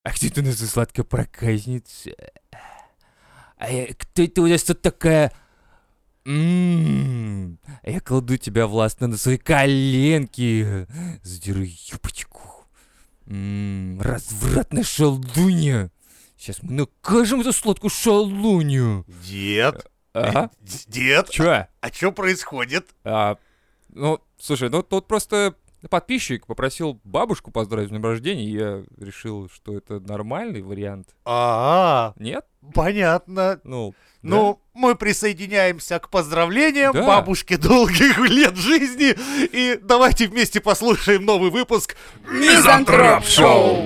А кто это у нас за сладкопроказница? Кто это у нас тут такая? Я кладу тебя властно на свои коленки. Задеру юбочку. Развратная шалунья. Сейчас мы накажем эту сладкую шалунью. Дед, А? дед, Чё? а что происходит? Ну, слушай, ну тут просто подписчик попросил бабушку поздравить с днем рождения, и я решил, что это нормальный вариант. Нет? Понятно. Ну, Ну, мы присоединяемся к поздравлениям Да. бабушке долгих лет жизни. И давайте вместе послушаем новый выпуск Мизантроп Шоу.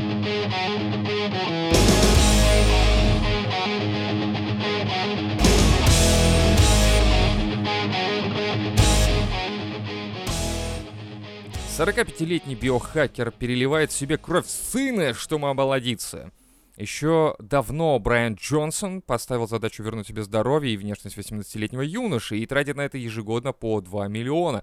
да. 45-летний биохакер переливает себе кровь сына, чтобы омолодиться. Еще давно Брайан Джонсон поставил задачу вернуть себе здоровье и внешность 18-летнего юноши и тратит на это ежегодно по 2 миллиона.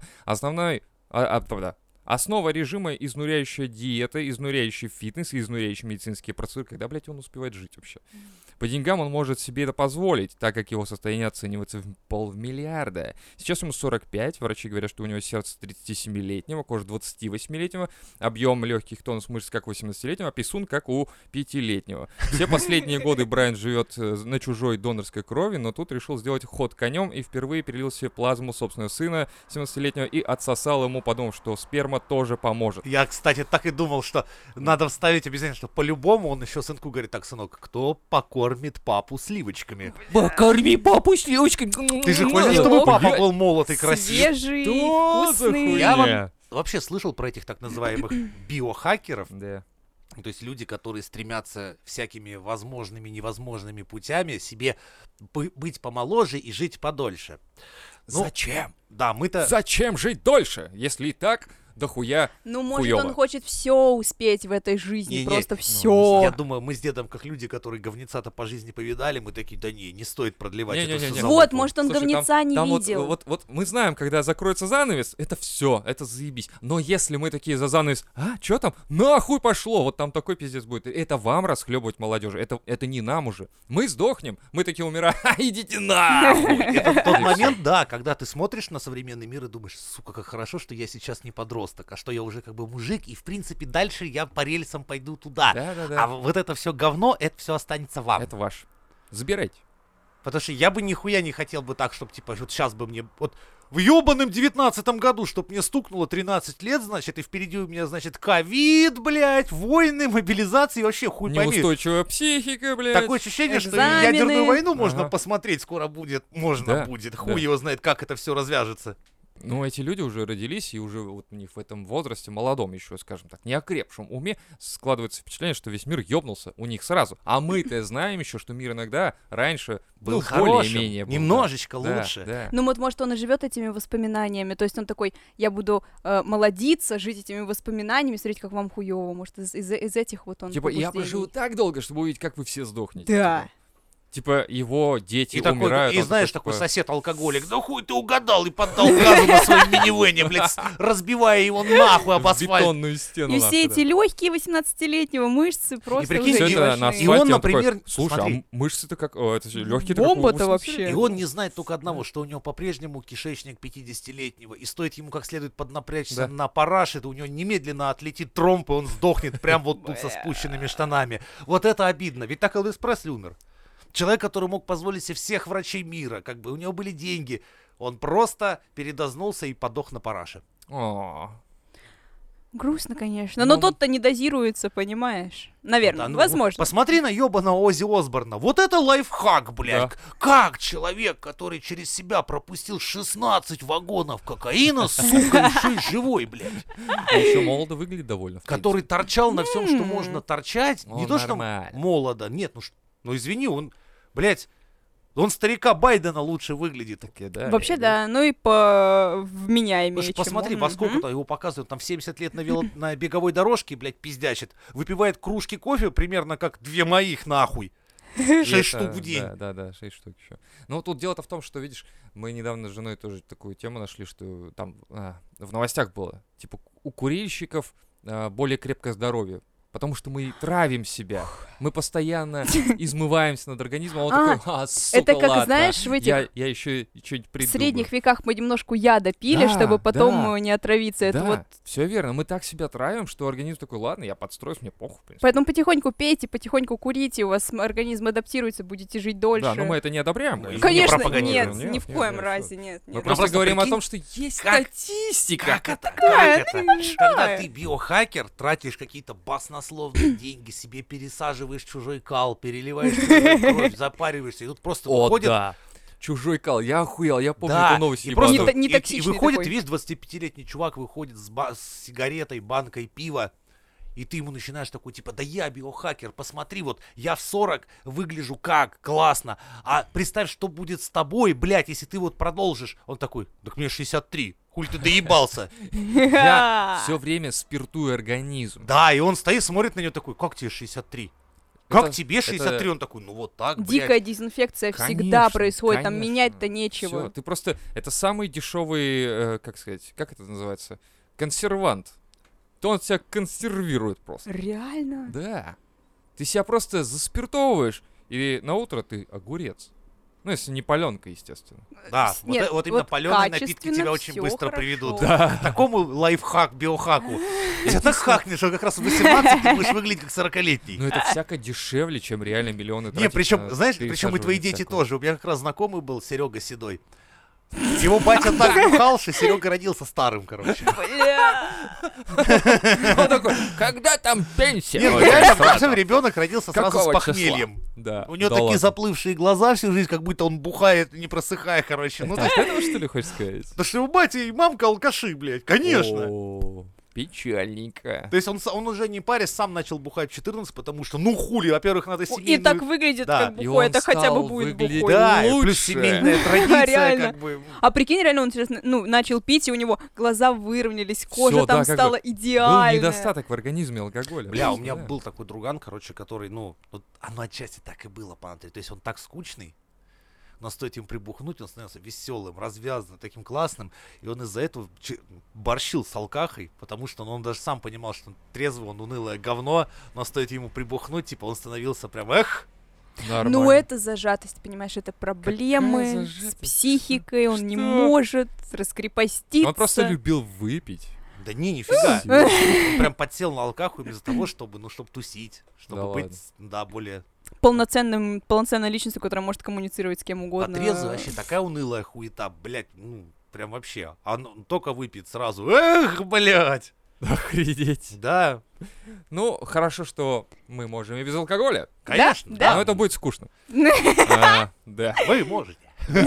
Основа режима — изнуряющая диета, изнуряющий фитнес и изнуряющие медицинские процедуры. Когда, блядь, он успевает жить вообще? По деньгам он может себе это позволить, так как его состояние оценивается в $500 million. Сейчас ему 45, врачи говорят, что у него сердце 37-летнего, кожа 28-летнего, объем легких, тонус мышц как у 18-летнего, а писун как у 5-летнего. Все последние годы Брайан живет на чужой донорской крови, но тут решил сделать ход конем и впервые перелил себе плазму собственного сына 17-летнего и отсосал ему, подумав, что сперма тоже поможет. Я, кстати, так и думал, что надо вставить обязательно, что по-любому он еще сынку говорит: так, сынок, кто покормит папу сливочками? Покорми папу сливочкой. Ты же хочешь, чтобы папа был молод и красив? Свежий, Что за вкусный. хуйня? Я вам вообще слышал про этих так называемых биохакеров. Да. То есть люди, которые стремятся всякими возможными, невозможными путями себе быть помоложе и жить подольше. Ну, Зачем? Да, мы-то... Зачем жить дольше, если и так дохуя Ну, может, хуёво? он хочет все успеть в этой жизни, Не-не, просто Я все. думаю, мы с дедом, как люди, которые говнеца-то по жизни повидали, мы такие: да не стоит продлевать это Не-не-не-не. всё Вот, залупу. может, он Слушай, говнеца не там видел. Вот мы знаем, когда закроется занавес, это все, это заебись. Но если мы такие за занавес, что там? Нахуй пошло! Вот там такой пиздец будет. Это вам расхлебывать молодежи. Это не нам уже. Мы сдохнем, мы такие умираем. Идите нахуй! Это тот момент, да, когда ты смотришь на современный мир и думаешь: сука, как хорошо, что я сейчас не подросток, а что я уже как бы мужик, и в принципе дальше я по рельсам пойду туда. Да-да-да. А вот это все говно, это все останется вам. Это ваш. Забирайте. Потому что я бы нихуя не хотел бы так, чтобы типа вот сейчас бы мне... Вот в ёбаном 19-м году, чтобы мне стукнуло 13 лет, значит, и впереди у меня, значит, ковид, блядь, войны, мобилизации, вообще хуй пойми. Неустойчивая психика, блядь. Такое ощущение, что Экзамены. ядерную войну можно Ага. посмотреть скоро будет. Можно Да, будет. да. Хуй его знает, как это все развяжется. Ну, эти люди уже родились, и уже вот у них в этом возрасте, молодом еще, скажем так, неокрепшем уме, складывается впечатление, что весь мир ёбнулся у них сразу. А мы-то знаем еще, что мир иногда раньше был более-менее... был, да. немножечко Да, лучше. да. Ну вот, может, он и живет этими воспоминаниями. То есть он такой: я буду молодиться, жить этими воспоминаниями, смотреть, как вам хуёво. Может, из этих вот он Типа, я побуждений. проживу так долго, чтобы увидеть, как вы все сдохнете. Да. Типа, его дети И такой, умирают. и он знаешь, такой типа, сосед-алкоголик: да хуй ты угадал, и поддал газу на своем минивэне, блядь, разбивая его нахуй об в асфальт. бетонную стену. И нахуй, все да. эти легкие 18-летнего мышцы просто прикинь, уже Всё это на неважны. И он, асфальте, например, такой, слушай, смотри. а мышцы-то как... это же легкие-то Бомба-то как у вообще. 18-летнего. И он не знает только одного, что у него по-прежнему кишечник 50-летнего, и стоит ему как следует поднапрячься Да. на параше, то у него немедленно отлетит тромб, и он сдохнет прям вот тут со спущенными штанами. Вот это обидно, ведь так Элвис Пресли умер. Человек, который мог позволить себе всех врачей мира, как бы у него были деньги, он просто передознулся и подох на параше. О, Грустно, конечно. Но Ну, тот-то не дозируется, понимаешь? Наверное, Да, ну, возможно. Посмотри на ёбаного Оззи Осборна. Вот это лайфхак, блядь. Да. Как человек, который через себя пропустил 16 вагонов кокаина, сука, еще и живой, блядь. еще молодо выглядит довольно. в Который торчал на всем, что можно торчать. Не Он то, что нормально. молодо. Нет, ну извини, он, блядь, он старика Байдена лучше выглядит. принципе. Да, Вообще, я да. Ну и по вменяемее. Потому что посмотри, во сколько-то его показывают, там в 70 лет на беговой дорожке, блядь, пиздячит. Выпивает кружки кофе примерно как 2 моих, нахуй. говорю. 6 Это- штук в день. Да, 6 штук еще. Ну, тут дело-то в том, что, видишь, мы недавно с женой тоже такую тему нашли, что там в новостях было. Типа, у курильщиков более крепкое здоровье. Потому что мы травим себя. Мы постоянно измываемся над организмом. Он такой, сука, это как, ладно, знаешь, в этих... я еще что-нибудь В придумаю. средних веках мы немножко яда пили, Да, чтобы потом да. не отравиться. Это Да, вот. все верно. Мы так себя травим, что организм такой, ладно, я подстроюсь, мне похуй. в принципе. Поэтому потихоньку пейте, потихоньку курите, у вас организм адаптируется, будете жить дольше. Да, но мы это не одобряем. Ну, конечно. Конечно, пропагандируем. нет, ни в коем разе, нет. Мы нет. просто просто говорим прикинь, о том, что есть как- статистика. Как это? Какая Как ты это? большая. Когда ты биохакер, тратишь какие-то баснословные деньги, себе пересаживаешь чужой кал, переливаешь чужую кровь, запариваешься, и тут просто О, выходит... да. Чужой кал, я охуел, я помню Да, эту новость и ебаную. просто Не и токсичный выходит, такой. видишь, 25-летний чувак выходит с сигаретой, банкой пива, и ты ему начинаешь такой, типа, да я биохакер, посмотри, вот я в 40 выгляжу как, классно, а представь, что будет с тобой, блядь, если ты вот продолжишь. Он такой, так мне 63, хуй ты доебался. Я все время спиртую организм. Да, и он стоит, смотрит на нее такой, как тебе 63? Как Это- тебе 63? Он такой, ну вот так, Дикая блядь. дезинфекция всегда Конечно, происходит, там конечно. менять-то Всё, нечего. ты просто... Это самый дешевый, как сказать, как это называется? Консервант. То он тебя консервирует просто. Реально? Да. Ты себя просто заспиртовываешь, и на утро ты огурец. Ну, если не паленка, естественно. Да, Нет, вот именно вот паленые напитки качественно тебя очень всё быстро хорошо. приведут. Да. К такому лайфхак, биохаку. Тебя так хакнешь, что как раз в 18 ты будешь выглядеть как 40-летний. Но это всяко дешевле, чем реально миллионы Не, тратить причем, на знаешь, причем и твои пересаживание дети всякого. тоже. У меня как раз знакомый был, Серега Седой. Его батя так бухал, что Серега родился старым, короче. Бля. Он такой, когда там пенсия? Нет, Ой, реально, сразу. причем ребенок родился сразу с Какого числа? похмельем. Да. У него да такие ладно. заплывшие глаза всю жизнь, как будто он бухает, не просыхая, короче. Ну, Ты этого, что ли, хочешь сказать? да что его батя и мамка алкаши, блядь, конечно. О, печальненько. То есть он уже не парясь, сам начал бухать в 14, потому что, ну хули, во-первых, надо И семейную... так выглядит, Да. как И бухой, он это хотя бы стал будет выглядеть бухой. Да, и плюс лучше. семейная традиция, Реально. как бы... А прикинь, реально он сейчас, начал пить, и у него глаза выровнялись, кожа Всё, там да, как стала бы идеальная. Был недостаток в организме алкоголя. Бля, у меня Да. был такой друган, короче, который, ну, вот оно отчасти так и было, по натуре. То есть он так скучный, но стоит им прибухнуть, он становился веселым, развязанным, таким классным. И он из-за этого борщил с алкахой, потому что он даже сам понимал, что он трезвый, он унылое говно, но стоит ему прибухнуть, типа он становился прям, эх, Нормально. Ну, это зажатость, понимаешь, это проблемы с зажатость? психикой, он не Что? может раскрепоститься. Он просто любил выпить. да не, нифига. Всё. Он прям подсел на алкаху из-за того, чтобы, ну, чтобы тусить, чтобы Да быть, ладно. да, более... полноценной личностью, которая может коммуницировать с кем угодно. Потрезвый вообще такая унылая хуета, блядь, ну, прям вообще. А он только выпьет сразу, эх, блядь. Охренеть. Да, Ну, хорошо, что мы можем и без алкоголя. конечно, Да? Но это будет скучно. Да. Вы можете.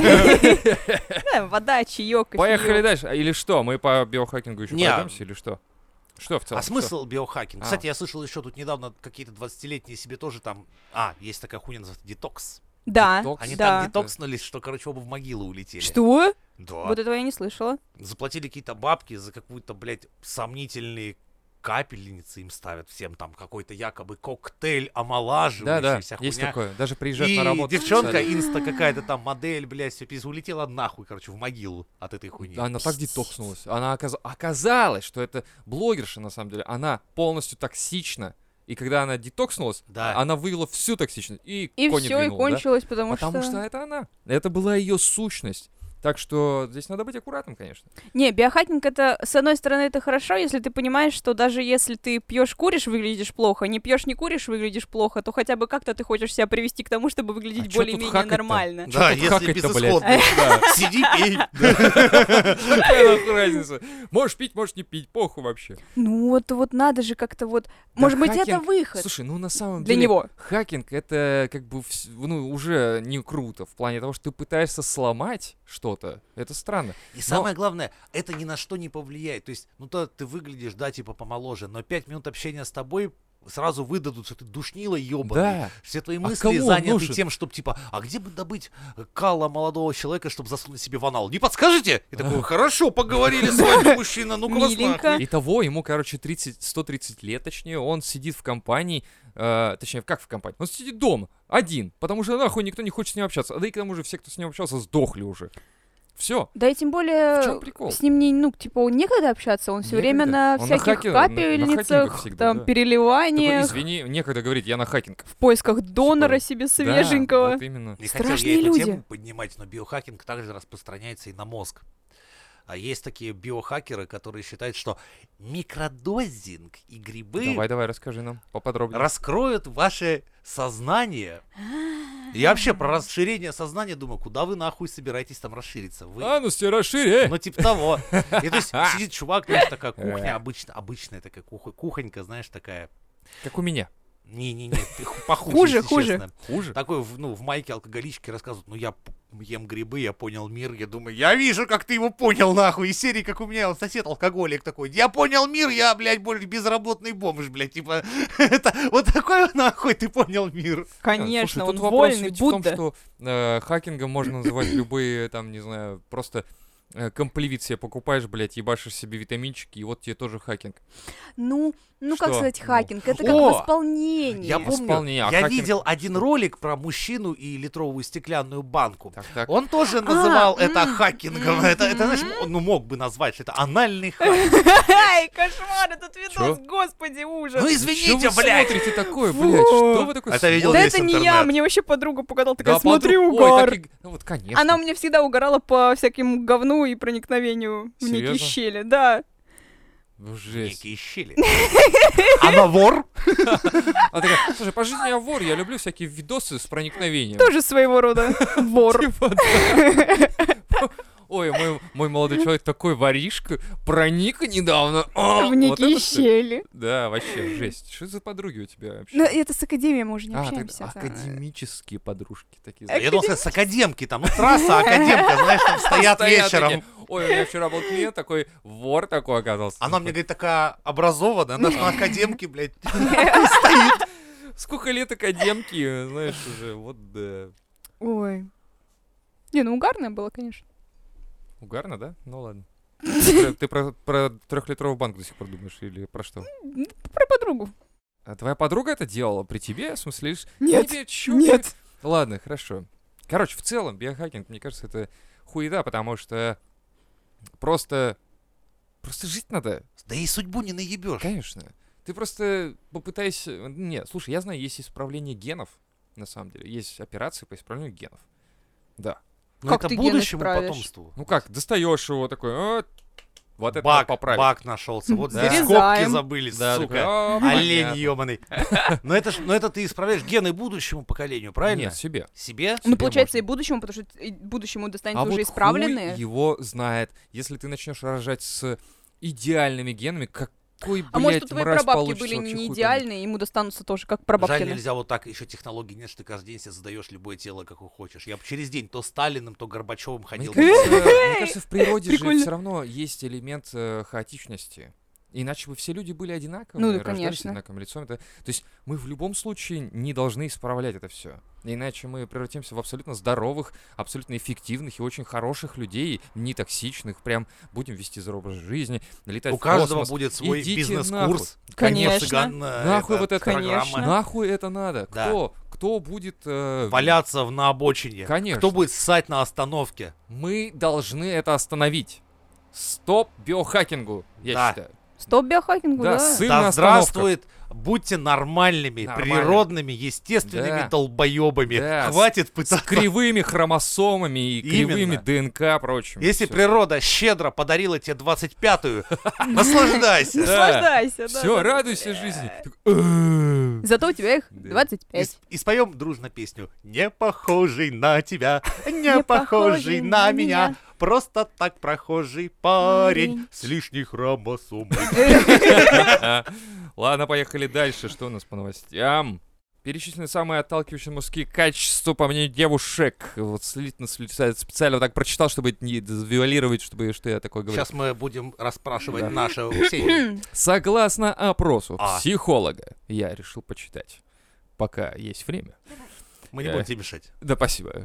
Да, вода, чаек, Поехали дальше. Или что? Мы по биохакингу еще Не. пройдемся или что? Что в целом? А смысл биохакинга? А. Кстати, я слышал еще тут недавно какие-то 20-летние себе тоже там... есть такая хуйня, называется детокс. Да, Детокс? Они да. так детокснулись, что, короче, оба в могилу улетели. Что? Да. Вот этого я не слышала. Заплатили какие-то бабки за какую-то, блядь, сомнительные капельницы им ставят всем там какой-то якобы коктейль омолаживающий, Да, вся есть хуйня. такое. Даже приезжают И на работу. девчонка, специально. инста какая-то там модель, блядь, все улетела нахуй, короче, в могилу от этой хуйни. Она так детокснулась. Она оказалось, что это блогерша, на самом деле. Она полностью токсична. И когда она детокснулась, Да. она вывела всю токсичность. И И кони все, и двинула, да? кончилось, потому Потому что это она. Это была ее сущность. Так что здесь надо быть аккуратным, конечно. Не, биохакинг это, с одной стороны, это хорошо, если ты понимаешь, что даже если ты пьешь, куришь, выглядишь плохо, не пьешь, не куришь, выглядишь пло, то хотя бы как-то ты хочешь себя привести к тому, чтобы выглядеть А чё тут более-менее хакать-то? нормально. Чё Да, тут если хакать-то, безысходно. блядь? Да. Сиди, пей. Какая нахуй разница? Можешь пить, можешь не пить, похуй вообще. Ну вот надо же как-то вот... Да Может быть, это хакинг- выход Слушай, ну на самом для деле него. хакинг это как бы ну, уже не круто в плане того, что ты пытаешься сломать что-то. Это странно. И самое главное, это ни на что не повлияет. То есть, ну то ты выглядишь, да, типа помоложе, но 5 минут общения с тобой сразу выдадут, что ты душнила ебаный. Да. Все твои А мысли кому он заняты нужен? тем, чтобы типа, а где бы добыть кала молодого человека, чтобы засунуть себе в анал? Не подскажете? И такой, хорошо, поговорили с вами, мужчина, ну-ка вас Миленько. нахуй. Итого, ему, короче, 130 лет, точнее, он сидит в компании, точнее, как в компании? Он сидит дома, один, потому что нахуй никто не хочет с ним общаться. Да и к тому же все, кто с ним общался, сдохли уже. Все. Да и тем В чем более прикол? с ним некогда общаться, он все время Некогда. на Он на всяких хакера- на капельницах, хакингах всегда, там, да. переливаниях, Извини, некогда говорить, я на хакинг. в поисках донора Типа, себе Да, свеженького. вот именно. Не хотел Страшные я эту люди. тему поднимать, но биохакинг также распространяется и на мозг. А есть такие биохакеры, которые считают, что микродозинг и грибы Давай, расскажи нам поподробнее. раскроют ваше сознание. Я вообще про расширение сознания думаю, куда вы нахуй собираетесь там расшириться? Вы... А, ну расшири! Ну, типа того. И то есть сидит чувак, знаешь, такая кухня, обычная такая кухонька, знаешь, такая. Как у меня. Не-не-не, похуже, Хуже, если хуже. честно. Хуже? Такой, в майке алкоголички рассказывают, ну я ем грибы, я понял мир, я думаю, я вижу, как ты его понял, нахуй, из серии, как у меня сосед алкоголик такой, я понял мир, я, блядь, больше безработный бомж, блядь, типа, это, вот такой, нахуй, ты понял мир. Конечно, Слушай, он тут вопрос вольный, ведь в том, Будда. что хакингом можно называть любые, там, не знаю, просто комплевит себе покупаешь, блядь, ебашишь себе витаминчики, и вот тебе тоже хакинг. Ну, как Что? сказать, Ну. хакинг? Это как О! восполнение. Я помню, Восполнение, а я хакинг- видел один ролик про мужчину и литровую стеклянную банку. Так. Он тоже называл это м, хакингом. м, Это, знаешь, м. ну мог бы назвать, что это анальный хак. Ай, кошмар, этот видос, Чё? господи, ужас. Ну Чё извините, вы блядь. смотрите такое, Фу. блядь? Что вы такое Это видел Да весь это не я, интернет. мне вообще подруга показала, такая, Да, смотри, подруг- угар. Ой, ну вот, конечно. Она у меня всегда угорала по всякому говну и проникновению в некие Серьёзно? щели, да. Ну, жесть. Некие щели. Она вор? А такая, слушай, по жизни я вор, я люблю всякие видосы с проникновением. Тоже своего рода вор. Типа, да. Ой, мой молодой человек такой воришка, проник недавно. А, В вот некие это всё. щели. Да, вообще, жесть. Что за подруги у тебя вообще? Ну, это с академией мы уже не А, общаемся. тогда да. академические подружки такие. Э, знаешь. Я думал, сказать, с академки там. Ну, трасса, академка, знаешь, там стоят Стоят вечером. такие, ой, у меня вчера был клиент такой, вор такой оказался. Она мне говорит, такая образованная, она ж на академке, блядь, стоит. Сколько лет академки, знаешь, уже, вот да. Ой. Не, ну угарное было, конечно. Угарно, да? Ну ладно. Ты про 3-литровую банку до сих пор думаешь или про что? Про подругу. А твоя подруга это делала при тебе? В смысле, лишь... Нет, Тебе чё, нет. Ладно, хорошо. Короче, в целом, биохакинг, мне кажется, это хуета, потому что просто жить надо, Да и судьбу не наебешь. конечно. Ты просто попытайся... Нет, слушай, я знаю, есть исправление генов, на самом деле. Есть операции по исправлению генов. Да. Но Как это ты гены будущему исправишь? потомству. Ну как, достаешь его такой, вот это Бак, поправить. бак нашелся. Вот Да. здесь Вырезаем. скобки забыли, Да, такой, сука. понятно. Олень ебаный. Но это ты исправляешь гены будущему поколению, правильно? Нет, себе. Себе? Ну, Себе получается, и можно. будущему, потому что и будущему достанется А уже вот исправленные. хуй его знает. Если ты начнешь рожать с идеальными генами, какой, А может, у блядь, твои мразь прабабки получится были вообще не хуй идеальные, ему достанутся тоже, как Жаль, прабабкины. нельзя вот так, еще технологий нет, что ты каждый день себе задаешь любое тело, как хочешь. Я бы через день то Сталиным, то Горбачевым ходил. Мне кажется, в природе же Прикольно. все равно есть элемент хаотичности. Иначе бы все люди были одинаковыми, Ну да, рождались конечно. с одинаковым лицом. То есть мы в любом случае не должны исправлять это все. Иначе мы превратимся в абсолютно здоровых, абсолютно эффективных и очень хороших людей, не токсичных, прям будем вести здоровый образ жизни, летать У в каждого космос. будет свой Идите бизнес-курс. Конечно. Цыган, Нахуй вот это Конечно. программа. Нахуй это надо? Да. Кто будет... Валяться на обочине. Конечно. Кто будет ссать на остановке. Мы должны это остановить. Стоп биохакингу, я Да. считаю. Стоп биохакингу, Да, да. сын Да на остановках. здравствует, будьте нормальными, Нормально. природными, естественными Да. долбоебами. Да, Хватит С пытаться. кривыми хромосомами и кривыми Именно. ДНК прочим. Если Всё. природа щедро подарила тебе 25-ю, наслаждайся. Наслаждайся, да. Все, да. радуйся жизни. Так, Зато у тебя их Да. 25. И споем дружно песню. Не похожий на тебя, не похожий на меня. Просто так прохожий парень с лишней хромосомой. Ладно, поехали дальше. Что у нас по новостям? Перечислены самые отталкивающие мужские качества, по мнению девушек. Вот специально вот так прочитал, чтобы не завуалировать, чтобы что я такое говорю. Сейчас мы будем расспрашивать Да. наше Ксению. Согласно опросу А. психолога, я решил почитать, пока есть время. Мы не будем тебе мешать. Да, спасибо.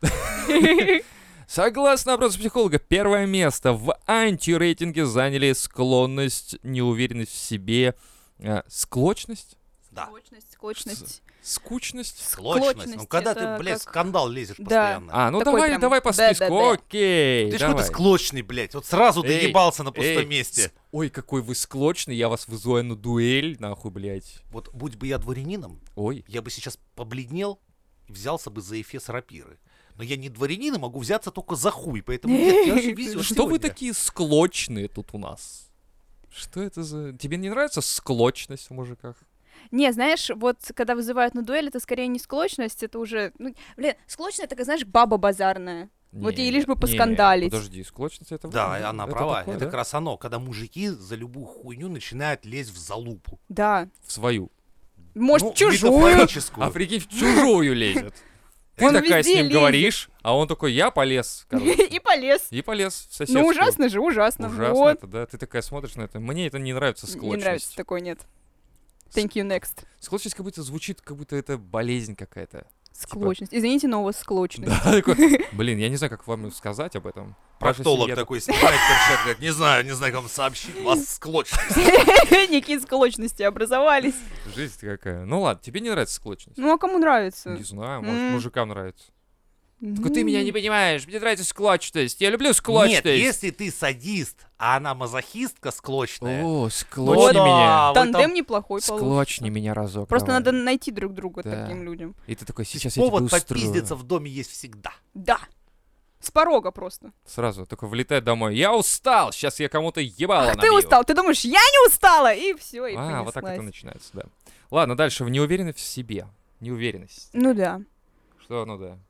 Согласно опросу психолога, первое место в антирейтинге заняли склонность, неуверенность в себе, склочность? Да. Склочность. Скучность? Склочность. Ну, когда ты, это блядь, как- скандал лезешь Да. постоянно. А, ну Такой прям давай по списку, да-да-да. окей, Ты ж давай. какой-то склочный, блядь. Вот сразу Эй, доебался на пустом эй, месте. Ой, какой вы склочный, я вас вызываю на дуэль, нахуй, блядь. Вот будь бы я дворянином, Ой. я бы сейчас побледнел и взялся бы за эфес рапиры. Но я не дворянин и могу взяться только за хуй, поэтому нет, я очень везёт Что вы сегодня. такие склочные тут у нас? Что это за... Тебе не нравится склочность в мужиках? Не, знаешь, вот когда вызывают на дуэль, это скорее не склочность, это уже... Ну, блин, склочная, это, как, знаешь, баба базарная. Вот ей лишь бы поскандалить. Подожди, склочность это... Да, она права. такое, Это да? как раз оно, когда мужики за любую хуйню начинают лезть в залупу. Да. В свою. Может, Ну, чужую. метафорическую. А прикинь, в чужую лезет. Ты Он такая с везде ним лезет. говоришь, а он такой, я полез, короче. И полез. И полез в соседскую. Ну, ужасно же, ужасно. Ужасно Вот. это, да. Ты такая смотришь на это. Мне это не нравится, Не склочность. нравится, такой нет. Thank you, next. Склочность как будто звучит, как будто это болезнь какая-то. Склочность. Извините, но у вас склочность. Да, такой, блин, я не знаю, как вам сказать об этом. Ваша Проктолог семья такой снимает перчатку, говорит, не знаю, как вам сообщить, у вас склочность. Некие склочности образовались. Жизнь какая. Ну ладно, тебе не нравится склочность? Ну, а кому нравится? Не знаю, может, М. мужикам нравится. Только ты меня не понимаешь, мне нравится склочность. Я люблю склочность. Нет, если ты садист, а она мазохистка склочная. О, ну склочни да, меня. вы Тандем там неплохой получится. Склочни меня разок. Просто давай. надо найти друг друга Да. таким людям. И ты такой, сейчас я тебе повод устрою. попиздиться в доме есть всегда. Да. С порога просто. Сразу такой влетает домой. Я устал, сейчас я кому-то ебало Ах, ты набью. устал, ты думаешь, я не устала, и все, и А, вот так это понеслась. начинается, да. Ладно, дальше. В неуверенность в себе. Неуверенность. Ну да. Что, ну да.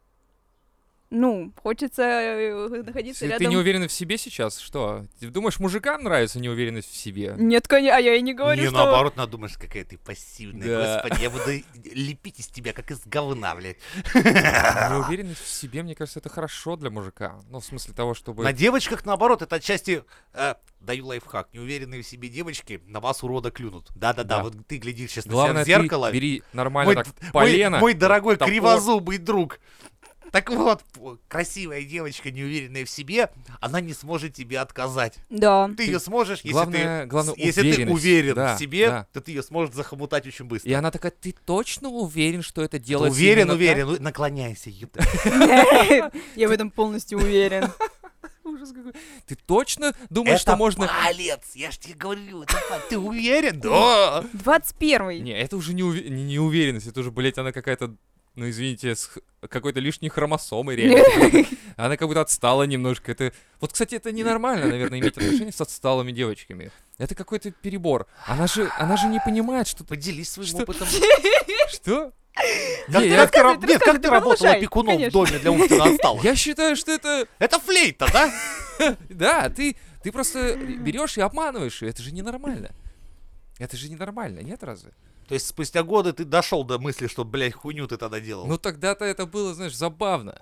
Ну, хочется находиться Если рядом. ты не уверена в себе сейчас, что? Ты думаешь, мужикам нравится неуверенность в себе? Нет, конечно, а я и не говорю, Не, что... наоборот, надумаешь, какая ты пассивная. Да. Господи, я буду лепить из тебя, как из говна, блядь. Неуверенность в себе, мне кажется, это хорошо для мужика. Ну, в смысле того, чтобы... На девочках, наоборот, это отчасти... даю лайфхак. Неуверенные в себе девочки на вас, урода, клюнут. Да-да-да, Да. вот ты глядишь сейчас на Главное, себя в зеркало. ты бери нормально Мой- так Мой, полено. мой дорогой топор. кривозубый друг. Так вот, красивая девочка, неуверенная в себе, она не сможет тебе отказать. Да. Ты ее сможешь, если Главное если ты уверенность. уверен Да, в себе, да. то ты ее сможешь захомутать очень быстро. И она такая, ты точно уверен, что это Ты делается уверен, именно уверен, ну, наклоняйся, ёпта. Я в этом полностью уверен. так? Ужас какой. Ты точно думаешь, что Это можно... палец, я ж тебе говорю, это ты уверен? Да. 21-й. Не, это уже не неуверенность, это уже, блядь, она какая-то, ну извините, с какой-то лишней хромосомой реально. Она как будто отстала немножко. Это... Вот, кстати, это ненормально, наверное, иметь отношения с отсталыми девочками. Это какой-то перебор. Она же не понимает, что... Поделись своим Что? опытом. Что? Как Не, ты, я- как ты рассказывай, раб- Нет, как ты ты работал продолжай, опекуном в конечно. доме для умственно отсталых? Я считаю, что это... Это флейта, да? Да, ты просто берешь и обманываешь ее. Это же ненормально. Это же ненормально, нет разве? То есть спустя годы ты дошел до мысли, что, блядь, хуйню ты тогда делал. Ну тогда-то это было, знаешь, забавно.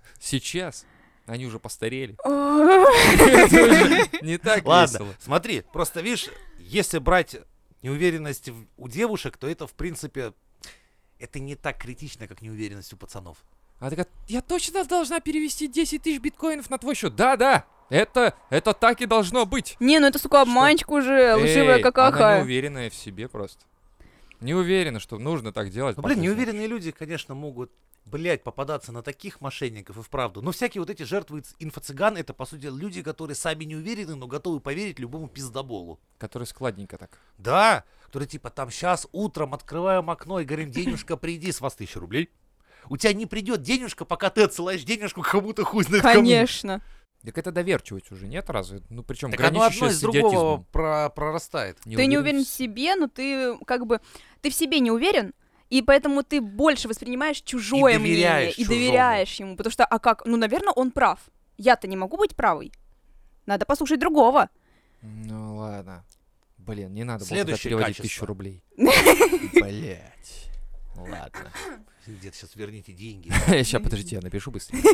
Сейчас они уже постарели. О, Это уже не так Ладно, весело. смотри, просто видишь, если брать неуверенность у девушек, то это, в принципе, это не так критично, как неуверенность у пацанов. А такая, я точно должна перевести 10 тысяч биткоинов на твой счет. Да, это так и должно быть. Не, ну это, сука, обманщик уже, лживая Эй, она какаха. неуверенная в себе просто. Не уверена, что нужно так делать. Ну, блин, по-жизни. неуверенные люди, конечно, могут, блядь, попадаться на таких мошенников и вправду. Но всякие вот эти жертвы инфо-цыган, это, по сути, люди, которые сами не уверены, но готовы поверить любому пиздоболу. Который складненько так. Да, которые типа там сейчас утром открываем окно и говорим, денежка, приди, с вас 1000 рублей. У тебя не придет денежка, пока ты отсылаешь денежку кому-то хуй знает кому. Конечно. Так это доверчивость уже, нет разве? Ну причем Так оно одно из с другого идиотизмом. прорастает. Ты не уверен в себе, но ты как бы... Ты в себе не уверен, и поэтому ты больше воспринимаешь чужое мнение доверяешь и чужому. доверяешь ему. Потому что, а как? Ну, наверное, он прав. Я-то не могу быть правой. Надо послушать другого. Ну ладно. Блин, не надо было туда Следующее переводить качество. 1000 рублей. Блять. Ладно. Где-то сейчас верните деньги. Сейчас, подождите, я напишу быстрее.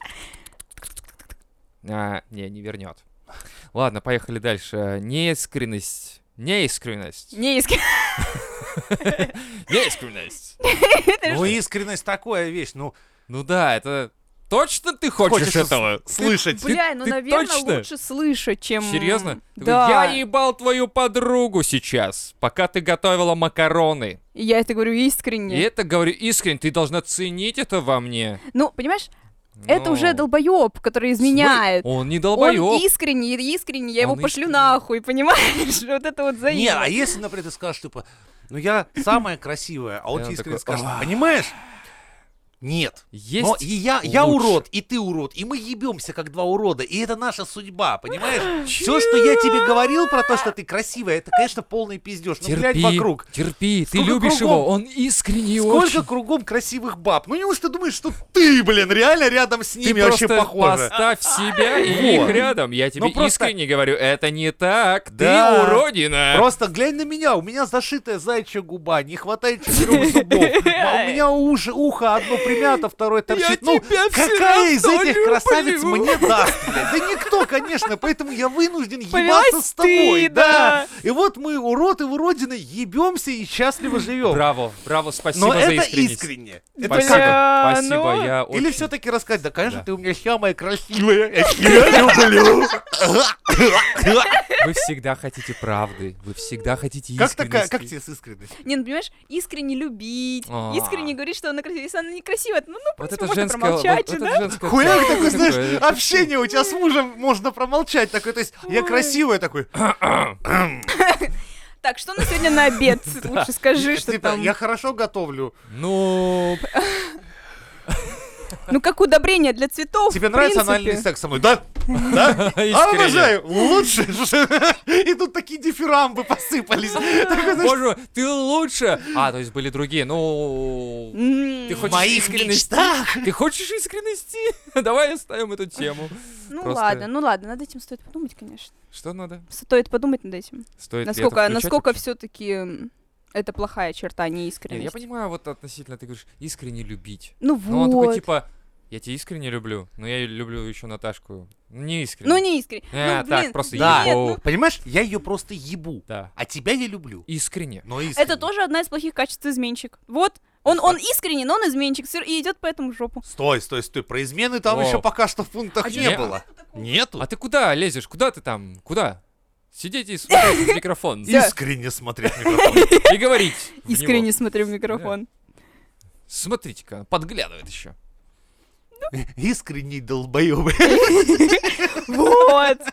Не вернет. Ладно, поехали дальше. Неискренность. Неискренность. Не иск... Неискренность. Ну, искренность такая вещь, ну, Ну да, это точно ты хочешь этого? слышать? Бля, ну, ты наверное, точно? лучше слышать, чем... Серьезно? Да. Я ебал твою подругу сейчас, пока ты готовила макароны. И я это говорю И искренне. это говорю искренне, ты должна ценить это во мне. Ну, понимаешь, это Ну, уже долбоеб, который изменяет. Он не Он долбоёб. искренний, я его Он пошлю искренний. нахуй, понимаешь? Вот это вот Не, взаимно. а если, например, ты скажешь, типа, ну я самая красивая, а он И он тебе искренне такой, скажет, понимаешь? Нет. Есть Но и я лучше. урод, и ты урод, и мы ебемся как два урода, и это наша судьба, понимаешь? Все, что я тебе говорил про то, что ты красивая, это, конечно, полный пиздеж. Ну, глянь вокруг. терпи, ты Сколько любишь кругом- его, он искренний Сколько очень. кругом красивых баб. Ну неужто ты думаешь, что ты, блин, реально рядом с Ты ними вообще просто похожа? поставь себя и Вот. их рядом. Я тебе Ну, просто- искренне говорю, это не так. Да. Ты уродина. Просто глянь на меня, у меня зашитая заячья губа, не хватает 4 зубов. А у меня ухо одно примято, второе торчит. Я Ну, тебя всё какая из равно этих красавиц люблю. мне даст, блядь? Да никто, конечно, поэтому я вынужден Повелась ебаться с тобой, ты, да. И вот мы, урод и уродина, ебемся и счастливо живем. Браво, браво, спасибо Но за это искренность. искренне. Это Спасибо, как? спасибо, ну. я Или очень... все-таки рассказать, да, конечно, Да. ты у меня самая красивая, я тебя люблю. Вы всегда хотите правды, вы всегда хотите Как искренности. как тебе с искренностью? Не, ну понимаешь, искренне любить, А. искренне говорить, что она красивая. Если она некрасивая, то, ну, в Вот принципе, это можно женское... промолчать, вот да? это женское... Хуяк такое, такой, знаешь, это общение у тебя с мужем можно промолчать. Такой, то есть, я Ой. красивая такой. Так, что на сегодня на обед? Лучше скажи, что Типа, там. я хорошо готовлю. Ну, Ну, как удобрение для цветов, Тебе в нравится принципе. анальный секс со мной? Да? Да? искренне. Обожаю! Лучше! И тут такие дифирамбы посыпались. Такой, знаешь, Боже, ты лучше! А, то есть были другие, ну... Ты М, хочешь в моих искренности? мечтах. Ты хочешь искренности? Давай оставим эту тему. Ну Просто- ладно, над этим стоит подумать, конечно. Что надо? Стоит подумать над этим. Стоит ли это включать Насколько вообще? все-таки это плохая черта, не Нет, искренность. я понимаю, вот относительно, ты говоришь, искренне любить. Ну Но он такой, вот. типа, я тебя искренне люблю, но я люблю еще Наташку. Не искренне. Ну не искренне. А, Ну, так, блин, просто Да, нет, ебу. ну, понимаешь, я ее просто ебу. Да. А тебя я люблю. Искренне. Но искренне. это тоже одна из плохих качеств изменщик. Вот. Он искренний, но он изменщик и идет поэтому в жопу. Стой. Про измены там Во. еще пока что в пунктах А не нет? было. Нету? А ты куда лезешь? Куда ты там? Куда? Сидеть и смотреть в микрофон. Да. Искренне смотреть в микрофон. И говорить в него. Искренне смотрю в микрофон. Смотрите-ка, подглядывает еще. Искренний долбоёб. Вот.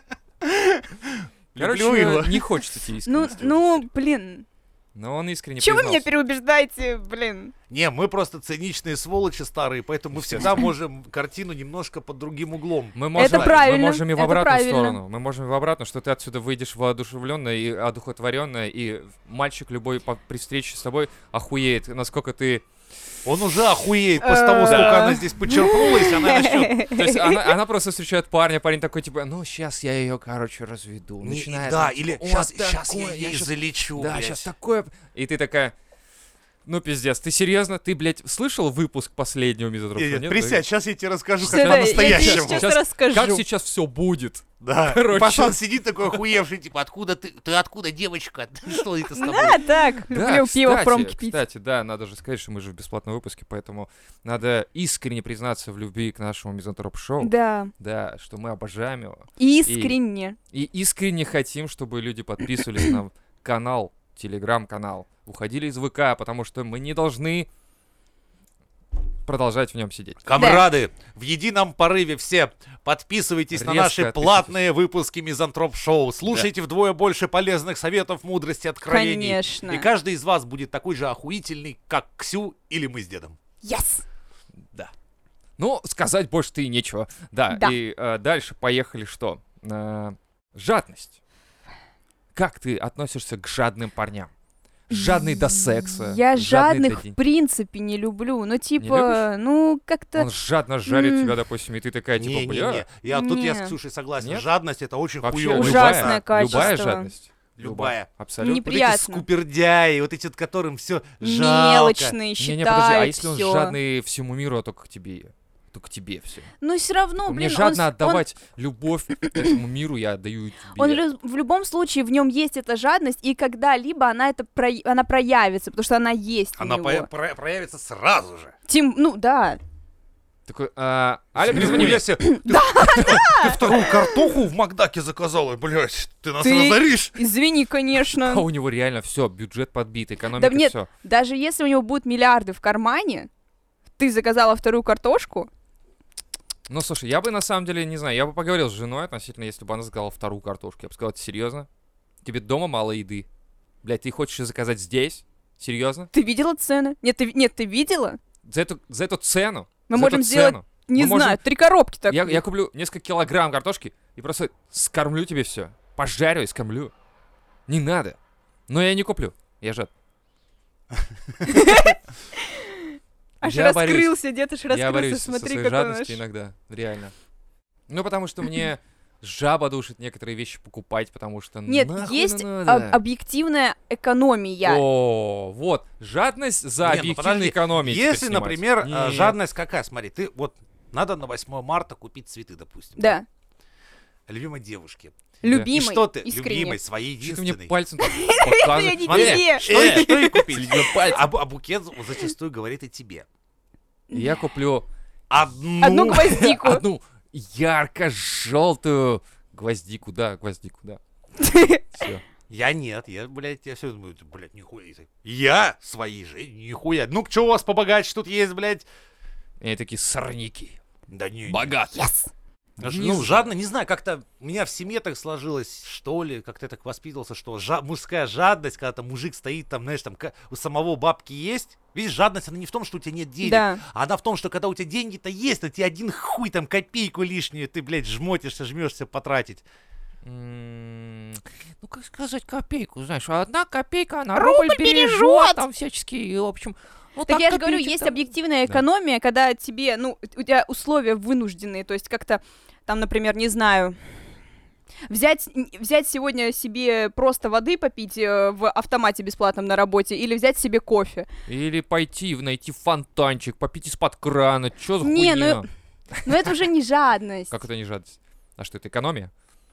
Короче, Люблю его. не хочется тебе Ну, искренности. блин. Но он искренне Чего вы меня признался. переубеждаете, блин? Не, мы просто циничные сволочи старые, поэтому мы всегда можем картину немножко под другим углом. Мы можем, правильно, Мы можем и в это обратную правильно. сторону. Мы можем и в обратную, что ты отсюда выйдешь воодушевленная и одухотворенная, и мальчик любой при встрече с тобой охуеет, насколько ты... Он уже охуеет после того, сколько она здесь подчеркнулась, она начнет... То есть она просто встречает парня, парень такой, типа, ну, сейчас я ее, короче, разведу. Начинает Да, она, или «О, сейчас я такое, ей щас- залечу, Да, блядь». сейчас такое... И ты такая... Ну, пиздец, ты серьезно? Ты, блядь, слышал выпуск последнего Мизотропа? Нет, присядь, сейчас я тебе расскажу, Всё, как да, я тебе по-настоящему. сейчас расскажу. Как сейчас все будет? Да, Короче. пацан сидит такой охуевший, типа, откуда ты откуда, девочка? Что это с тобой? Да, так. Люблю пиво в промке пить. Кстати, да, надо же сказать, что мы же в бесплатном выпуске, поэтому надо искренне признаться в любви к нашему Мизантроп-шоу. Да. Да, что мы обожаем его. Искренне. И искренне хотим, чтобы люди подписывались на канал, телеграм-канал, уходили из ВК, потому что мы не должны продолжать в нем сидеть. Камрады, в едином порыве все подписывайтесь на Резко наши отписывайтесь. платные выпуски Мизантроп Шоу. Слушайте вдвое больше полезных советов, мудрости, откровений. Конечно. И каждый из вас будет такой же охуительный, как Ксю или мы с дедом. Yes. Да. Ну, сказать больше ты и нечего. Да, Да. и дальше поехали что? Жадность. Как ты относишься к жадным парням? Жадный до секса. Я жадный жадных до в принципе не люблю. Ну, любишь? типа, ну, как-то... Он жадно жарит М. тебя, допустим, и ты такая, типа, бля, Тут я с Не. Ксюшей согласен. Нет? Жадность это очень вообще хуёво. Ужасное любая, любая качество. жадность. Любая. Абсолютно. Не Вот эти Приятно. скупердяи, вот эти, вот которым все жалко. Мелочные Не-не, подожди, считают а если он всё. жадный всему миру, а только к тебе? Только к тебе все. Но все равно, Мне блин, жадно он отдавать любовь этому миру, я отдаю тебе. в любом случае в нем есть эта жадность, и когда-либо она она проявится, потому что она есть Она у него. проявится сразу же. Ну да. Такой, Аля, перезвони Нихуя мне. себе. Ты вторую картоху в Макдаке заказала, блядь. Ты нас Ты- разоришь. Извини, А конечно. у него реально все, бюджет подбит, экономика, Да нет, все. даже если у него будут миллиарды в кармане, ты заказала вторую картошку, Ну, слушай, я бы на самом деле, не знаю, я бы поговорил с женой относительно, если бы она заказала вторую картошку. Я бы сказал, ты серьезно? Тебе дома мало еды? Блядь, ты хочешь её заказать здесь? Серьезно? ты видела цены? Нет, ты видела? За эту цену? Мы За можем эту сделать, цену? не мы можем- знаю, 3 коробки так. Я куплю несколько килограмм картошки и просто скормлю тебе все. Пожарю и скормлю. Не надо. Но я не куплю. Я жад. Аж Я борюсь. раскрылся, дед аж Я раскрылся, борюсь со смотри, своей какой жадностью наш. иногда. Реально. Ну, потому что мне жаба душит некоторые вещи покупать, потому что Нет, нахуй есть надо? объективная экономия. О, вот. Жадность за Не, ну объективной подожди. экономией. теперь Если, снимать. например, Нет. жадность какая, смотри, ты вот надо на 8 марта купить цветы, допустим. Да, Любимой девушке. любимый, И что ты, искренне. любимой, своей Что ты мне единственной. пальцем так Я показываешь? не Смотри, тебе. Что ей купить? Средний палец. А букет зачастую говорит и тебе. Я куплю Одну гвоздику. одну ярко-желтую гвоздику, да. Все. Я нет, я все думаю, блядь, нихуя. Я свои же, нихуя. Ну, что у вас побогаче тут есть, блядь? И они такие сорняки. Да не. Богатые. Ну, Не знаю. жадно, не знаю, как-то у меня в семье так сложилось, что ли, как-то я так воспитывался, что мужская жадность, когда там мужик стоит, там, знаешь, там у самого бабки есть. Видишь, жадность, она не в том, что у тебя нет денег, Да. а она в том, что когда у тебя деньги-то есть, а тебе один хуй, там, копейку лишнюю, ты, блядь, жмешься потратить. Ну, как сказать копейку, знаешь, одна копейка, она рубль бережет, там всяческие, в общем. Вот Так я же копеечек говорю, есть там. объективная Да. экономия, когда тебе, ну, у тебя условия вынужденные, то есть как-то там, например, не знаю, взять сегодня себе просто воды попить в автомате бесплатном на работе или взять себе кофе. Или пойти, найти фонтанчик, попить из-под крана, чё за Не, хуйня? Но это уже не жадность. Как это не жадность? А что, это экономия?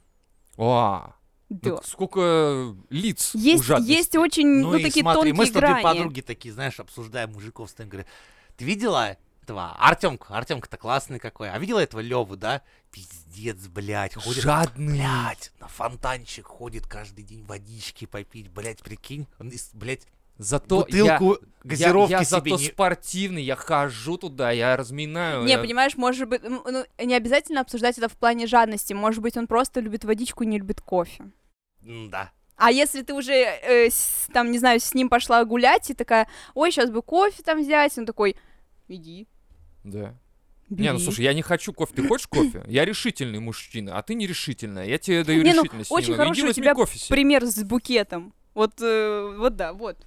О, Да. ну сколько лиц у Есть жадности. очень, Ну, ну, и такие смотри, мы тонкие с тобой грани. подруги такие, знаешь, обсуждаем мужиков, стоим, говорят, ты видела этого Артемку? Артемка-то классный какой. А видела этого Леву, да? Пиздец, блядь, ходит. Жадный. Блядь, на фонтанчик ходит каждый день водички попить, блядь, прикинь. Он, блядь, Зато бутылку газировки я себе зато не... спортивный, я хожу туда, я разминаю. Не, я- понимаешь, может быть, ну, не обязательно обсуждать это в плане жадности. Может быть, он просто любит водичку и не любит кофе. Да. А если ты уже, там, не знаю, с ним пошла гулять и такая, ой, сейчас бы кофе там взять, он такой, иди, Да. бери. Не, ну слушай, я не хочу кофе. Ты хочешь кофе? Я решительный мужчина, а ты нерешительная. Я тебе даю Не, ну, решительность. очень немного. хороший Иди у возьми тебя кофе себе. Пример с букетом. Вот да, вот.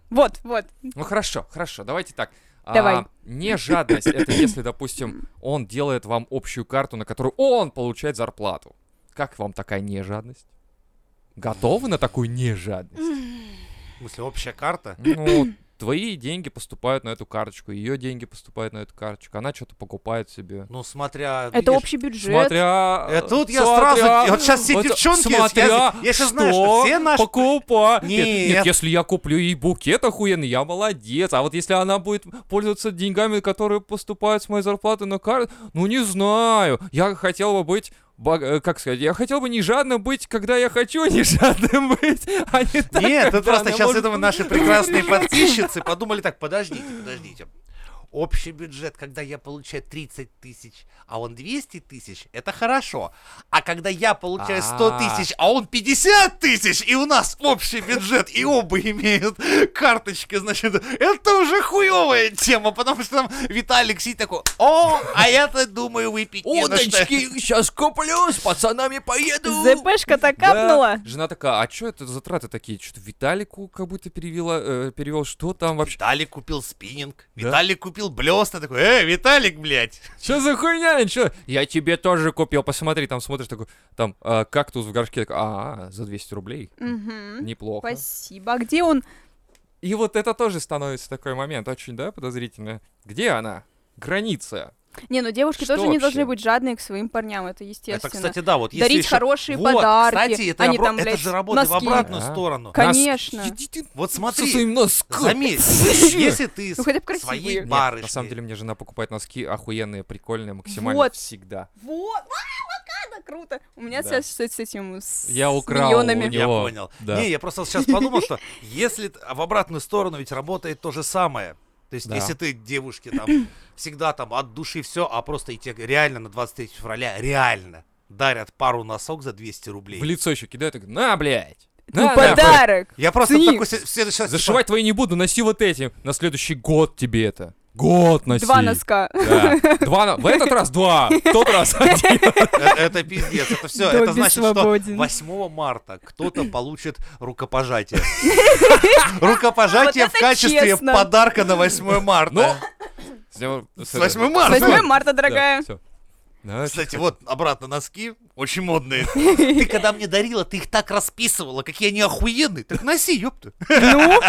Ну хорошо, давайте так. Давай. Не жадность, это если, допустим, он делает вам общую карту, на которую он получает зарплату. Как вам такая нежадность? Готовы на такую нежадность? В смысле, общая карта? Ну, твои деньги поступают на эту карточку, ее деньги поступают на эту карточку, она что-то покупает себе. Ну, смотря... Это видишь, общий бюджет. Смотря... Тут я смотря- сразу... Вот сейчас все вот девчонки... смотря я сейчас знаю, что все наши... покупать. Нет. Нет, если я куплю ей букет охуенный, я молодец. А вот если она будет пользоваться деньгами, которые поступают с моей зарплаты на карту, ну не знаю. Я хотел бы быть... Как сказать, я хотел бы не жадным быть, когда я хочу не жадным быть, а не так, Нет, когда тут просто она сейчас может это быть. наши прекрасные подписчицы подумали так, подождите. Общий бюджет, когда я получаю 30 тысяч, а он 200 тысяч, это хорошо. А когда я получаю 100 тысяч, а он 50 тысяч, и у нас общий бюджет, и оба имеют карточки, значит, это уже хуевая тема, потому что там Виталик сидит такой, а я-то думаю выпить не на что. сейчас куплю, с пацанами поеду. ЗПшка-то капнула. Да. Жена такая, а что это за затраты такие? Что-то Виталику как будто перевел, что там вообще? Виталик купил спиннинг, Да? Виталик купил блёсна, такой, Виталик, блядь. Что за хуйня? Чё? Я тебе тоже купил. Посмотри, там смотришь такой, там кактус в горшке. Такой, за 200 рублей. Мгм. Неплохо. Спасибо. А где он? И вот это тоже становится такой момент очень, да, подозрительно. Где она? Граница. Не, ну девушки Что тоже не должны вообще? быть жадные к своим парням, это естественно. Это, кстати, да, вот если Дарить ещё- хорошие Вот, подарки, кстати, это, а не обра- там, это блядь, же работает в носки. обратную А. сторону. Конечно. Иди ты Вот со смотри, своим носком. заметь, Вообще. если ты Ну, хотя бы с своей красивые. Нет, барышней... на самом деле мне жена покупает носки охуенные, прикольные, максимально Вот. всегда. Вот, Wakanda, круто. У меня Да. с этим, с Я украл миллионами. у Я него. понял. Да. Не, я просто сейчас подумал, что если в обратную сторону ведь работает то же самое. То есть, Да. если ты девушке там всегда там от души все, а просто и тебе реально на 23 февраля реально дарят пару носок за 200 рублей. В лицо еще кидают и говорят, на, блядь. Ну, На, нахуй. подарок. Я просто Цени. такой в следующий раз... Зашивать твои не буду, носи вот эти. На следующий год тебе это. Год носи. 2 носка. Да. В этот раз 2, в тот раз 1. Это пиздец, это все. Добби Это значит, что свободен. 8 марта кто-то получит рукопожатие. Рукопожатие Вот в это качестве честно. подарка на 8 марта. С 8 марта. 8 марта, дорогая. Кстати, вот обратно носки, очень модные. Ты когда мне дарила, ты их так расписывала, какие они охуенные. Так носи, ёпта. Ну,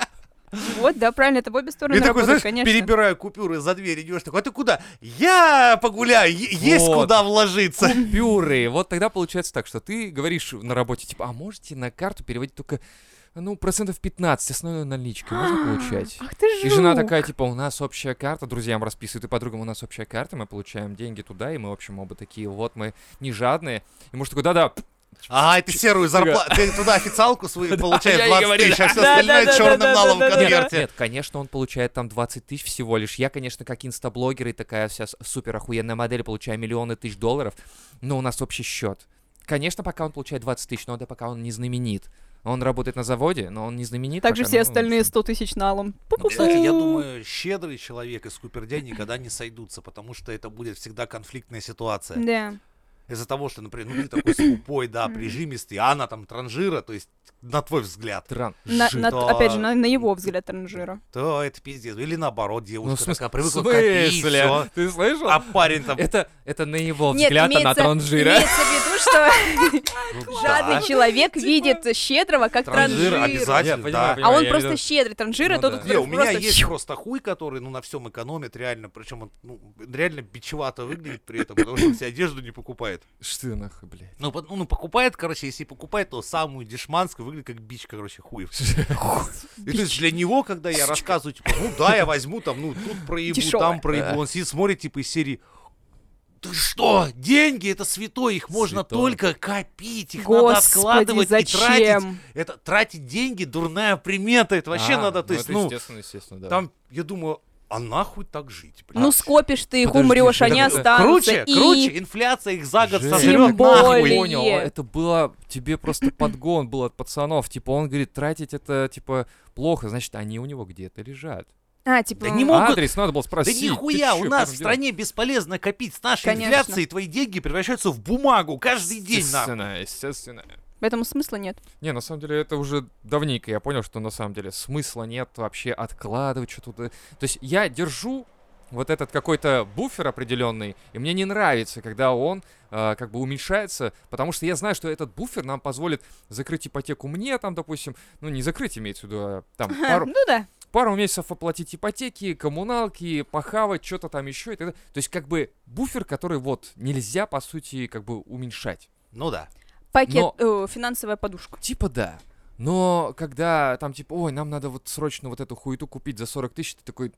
вот, да, правильно, это в обе стороны Я такой, работает, знаешь, конечно. перебираю купюры за дверь, идешь такой, а ты куда? Я погуляю, есть Вот. куда вложиться. Купюры. Вот тогда получается так, что ты говоришь на работе, типа, а можете на карту переводить только, ну, процентов 15 основной наличкой можно получать? Ах ты И жена жук. такая, типа, у нас общая карта, друзьям расписывают, и подругам у нас общая карта, мы получаем деньги туда, и мы, в общем, оба такие, вот мы не жадные. И муж такой, да-да, Ага, и ты серую зарплату, ты туда официалку свою получаешь я и 20 говорю, тысяч, а все да. остальное Да-да-да-да-да-да-да. черным налом в Нет, конверте. Нет, конечно, он получает там 20 тысяч всего лишь. Я, конечно, как инстаблогер и такая вся супер охуенная модель, получаю миллионы тысяч долларов, но у нас общий счет. Конечно, пока он получает 20 тысяч, но это пока он не знаменит. Он работает на заводе, но он не знаменит. Также пока, все ну, остальные в общем. 100 тысяч налом. Ну, кстати, я думаю, щедрый человек и скупердяй никогда не сойдутся, потому что это будет всегда конфликтная ситуация. Да. Из-за того, что, например, ну ты такой скупой, да, прижимистый, а она там транжира, то есть, на твой взгляд, Жир. То- Опять же, на его взгляд ранжира. то это пиздец. Или наоборот, девушка Ну, в смысле, такая привыкла копить, смысле? всё. Ты слышал? А парень там... Это на его Нет, взгляд, она имеется транжира. имеется в виду, что ну, жадный да. человек видит щедрого как Транжир транжиру. обязательно, Я понимаю, да. А понимаю, он я просто веду- щедрый транжир, а Ну тот, да. который Не, у меня просто есть просто хуй, который, ну, на всем экономит, реально. Причем он, ну, реально бичевато выглядит при этом, потому что он себе одежду не покупает. Что ты нахуй, блядь? Ну, покупает, короче, если и покупает, то самую дешманскую, выглядит как бич, короче, хуев. И то есть для него, когда я рассказываю, типа, ну да, я возьму там, ну, тут проебу, Дешёвое. там проебу, он сидит, смотрит, типа, из серии, ты что, деньги это святое, их можно Святое. только копить, их надо Господи, откладывать и тратить. зачем? Это тратить деньги, дурная примета, это вообще надо, то есть, это ну, естественно, да. там, я думаю, а нахуй так жить, блядь? Ну, скопишь ты их, Подожди, умрешь, они это останутся. Круче, инфляция их за год Жесть. сожрет Тем нахуй. более. Понял, это было тебе просто подгон был от пацанов. Типа он говорит, тратить это типа плохо, значит они у него где-то лежат. А, типа, Да не могут. Адрес надо было Да спросить. нихуя, ты у чё, нас как в делать? стране бесполезно копить. С нашей Конечно. инфляцией твои деньги превращаются в бумагу каждый день. нахуй. Естественно. поэтому смысла нет. Не, на самом деле это уже давненько я понял, что на самом деле смысла нет вообще откладывать что-то. То есть я держу вот этот какой-то буфер определенный, и мне не нравится, когда он как бы уменьшается, потому что я знаю, что этот буфер нам позволит закрыть ипотеку мне, там, допустим, ну не закрыть, имеется в виду, а там Ну да. пару месяцев оплатить ипотеки, коммуналки, похавать, что-то там еще и так далее. То есть как бы буфер, который вот нельзя, по сути, как бы уменьшать. Ну да. Пакет, финансовая подушка. Типа да. Но когда там типа, ой, нам надо вот срочно вот эту хуету купить за 40 тысяч, ты такой,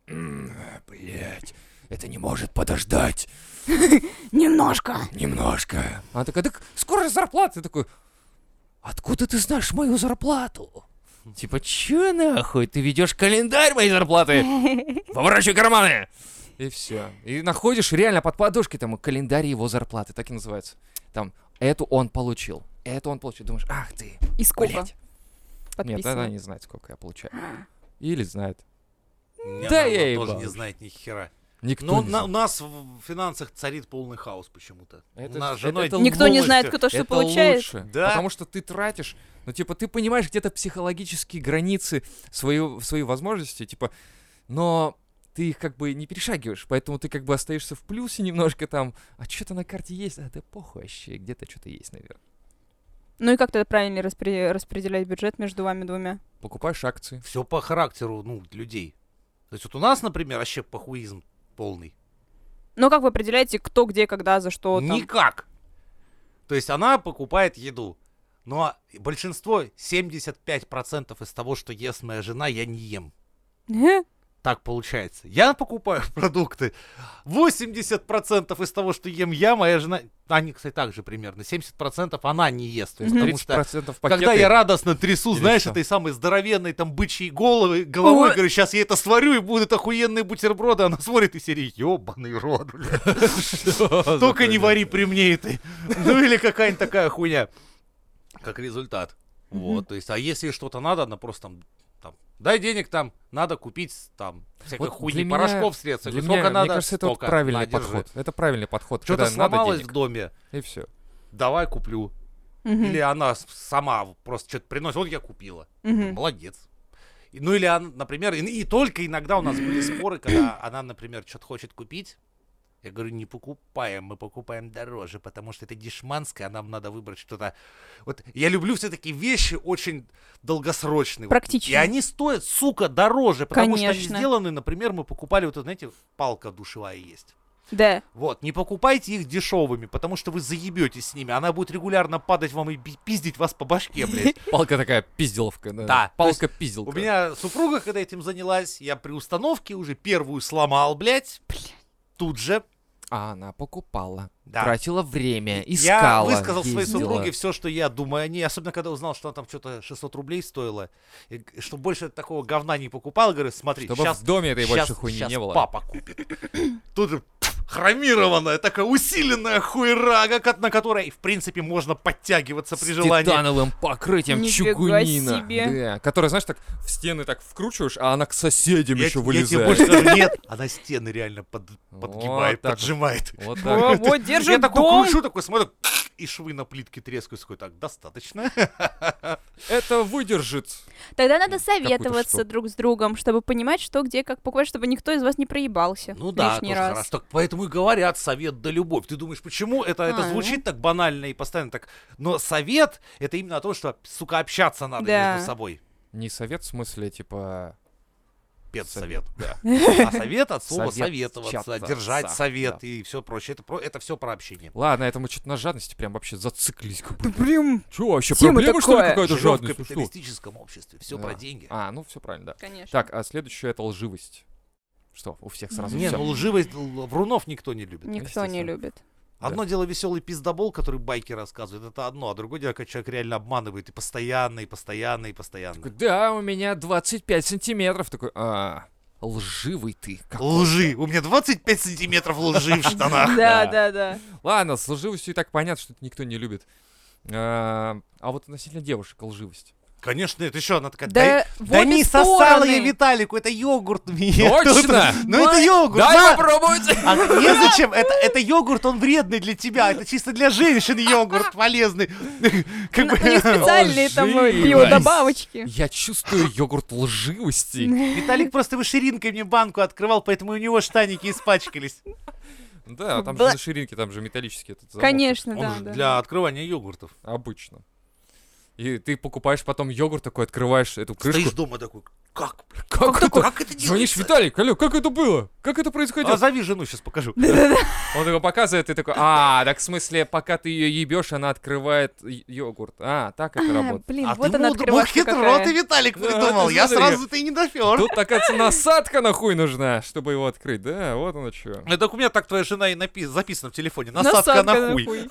блять, это не может подождать Немножко. немножко. Она такая, так скоро зарплата. Ты такой, откуда ты знаешь мою зарплату? Типа, чё нахуй? Ты ведешь календарь моей зарплаты? Поворачивай карманы! И все. И находишь реально под подушкой там календарь его зарплаты, так и называется. Там, эту он получил, эту он получил. Думаешь, ах ты, И сколько? блядь. Нет, Подписано. она не знает, сколько я получаю. Или знает. Не, Да она я тоже ебал. не знает ни хера. Никто Но не у знает. нас в финансах царит полный хаос почему-то. Это- У нас с это- женой это Никто не полностью- знает, кто что Это получает. лучше, Да. потому что ты тратишь, ну, типа, ты понимаешь где-то психологические границы свои возможности, типа, но ты их как бы не перешагиваешь, поэтому ты как бы остаешься в плюсе немножко там, а что-то на карте есть, а да похуй вообще, где-то что-то есть, наверное. Ну и как тогда правильно распределять бюджет между вами двумя? Покупаешь акции. Все по характеру, ну, людей. То есть вот у нас, например, вообще похуизм полный. Но как вы определяете, кто, где, когда, за что там? Никак. То есть она покупает еду. Но большинство, 75% из того, что ест моя жена, я не ем. Так получается. Я покупаю продукты. 80% из того, что ем я, моя жена... Они, кстати, так же примерно. 70% она не ест. То есть, потому что 30% когда пакеты. я радостно трясу, Или знаешь, что? этой самой здоровенной там бычьей головой, говорю, сейчас я это сварю, и будут охуенные бутерброды, она смотрит из серии, ёбаный рот, блядь. Только не вари при мне это. Ну или какая-нибудь такая хуйня. Как результат. Вот, то есть, а если что-то надо, она просто там, дай денег там, надо купить там всякой Вот хуйни, для меня- порошков средств. Для Сколько меня, надо, мне кажется, это вот столько. правильный На, держи. подход. Это правильный подход. Что-то Когда надо сломалось денег, в доме, и все. давай куплю. Или она сама просто что-то приносит, вот я купила. Молодец. Ну или, например, и только иногда у нас были споры, когда она, например, что-то хочет купить. Я говорю, не покупаем, мы покупаем дороже, потому что это дешманское, а нам надо выбрать что-то. Вот я люблю все-таки вещи очень долгосрочные. Практичные. И они стоят, сука, дороже, потому что они Конечно. сделаны, например, мы покупали, вот, знаете, палка душевая есть. Да. Вот, не покупайте их дешевыми, потому что вы заебетесь с ними. Она будет регулярно падать вам и пиздить вас по башке, блядь. Палка такая пизделовка. Да, то есть Палка-пизделка. У меня супруга, когда этим занялась, я при установке уже первую сломал, блядь. Тут же. А она покупала, Да. тратила время, Я искала, высказал своей ездила. супруге все, что я думаю о ней, особенно когда узнал, что она там что-то 600 рублей стоила. И что больше такого говна не покупал, говорю, смотри, Чтобы сейчас в доме этой больше хуйни не было. папа купит. Тут же хромированная, такая усиленная хуйра, на которой, в принципе, можно подтягиваться при С желании. титановым покрытием Нифига чугунина. себе. Да, которая, знаешь, так в стены так вкручиваешь, а она к соседям Я еще тебе вылезает. больше скажу, нет, она стены реально подгибает, Вот так вот. поджимает. Вот так. О, вот, держит Я такой дом. кручу, такой смотрю, и швы на плитке трескаются. Такой, так, достаточно. Это выдержит. Тогда надо Какую-то советоваться штуку. друг с другом, чтобы понимать, что, где, как покупать, чтобы никто из вас не проебался Ну да, лишний тоже раз. хорошо. Так поэтому и говорят совет да любовь. Ты думаешь, почему это А, звучит так банально и постоянно так? Но совет — это именно о том, что, сука, общаться надо Да. между собой. Не совет в смысле, типа... Педсовет. Да. А совет от слова Совет, советоваться, чаться, держать да, совет да. и все прочее. Это все про общение. Ладно, это мы что-то на жадности прям вообще зациклились. Как Да будто. блин, Чё, вообще тема проблема, что ли, такая? какая-то Живем в жадность? Ну что? капиталистическом обществе. Все Да. про деньги. А, ну все правильно, да. конечно. Так, а следующее это лживость. Что, у всех сразу Не, всё? ну лживость, врунов никто не любит. Никто не естественно. любит. Одно дело веселый пиздобол, который байки рассказывает, это одно, а другое дело, когда человек реально обманывает и постоянно, и постоянно, и постоянно. Такой, да, у меня 25 сантиметров. Такой, лживый ты. Лжи. У меня 25 сантиметров лжи в штанах. Да, да, да. Ладно, с лживостью и так понятно, что это никто не любит. А вот относительно девушек лживость. Конечно, это еще она такая, Да, в да обе не сосала стороны. я Виталику, это йогурт. Точно? Ну это йогурт. Дай на. попробовать! А незачем, это йогурт, он вредный для тебя, это чисто для женщин йогурт полезный. Как У бы- них специальные там Лживость. биодобавочки. Я чувствую йогурт лживости. Виталик просто выширинкой мне банку открывал, поэтому у него штаники испачкались. Да, там же Бла- на ширинке, там же металлический этот замок. Конечно, Он да, же да. для открывания йогуртов. Обычно. И ты покупаешь потом йогурт такой, открываешь эту крышку. Стоишь дома такой, как? блядь, Как это? Как это Звонишь, делается? Виталик, алло, как это было? Как это А происходило? зови жену, сейчас покажу. Он такой показывает, ты такой, так в смысле, пока ты ее ебешь, она открывает йогурт. Так это работает. Блин, А вот ты она открывашка хитро, какая. ты Виталик Да, придумал. ты Я смотри. сразу ты не допер. Тут, оказывается, насадка нахуй нужна, чтобы его открыть. Да, вот оно что. Это у меня так твоя жена и записана в телефоне. Насадка на хуй.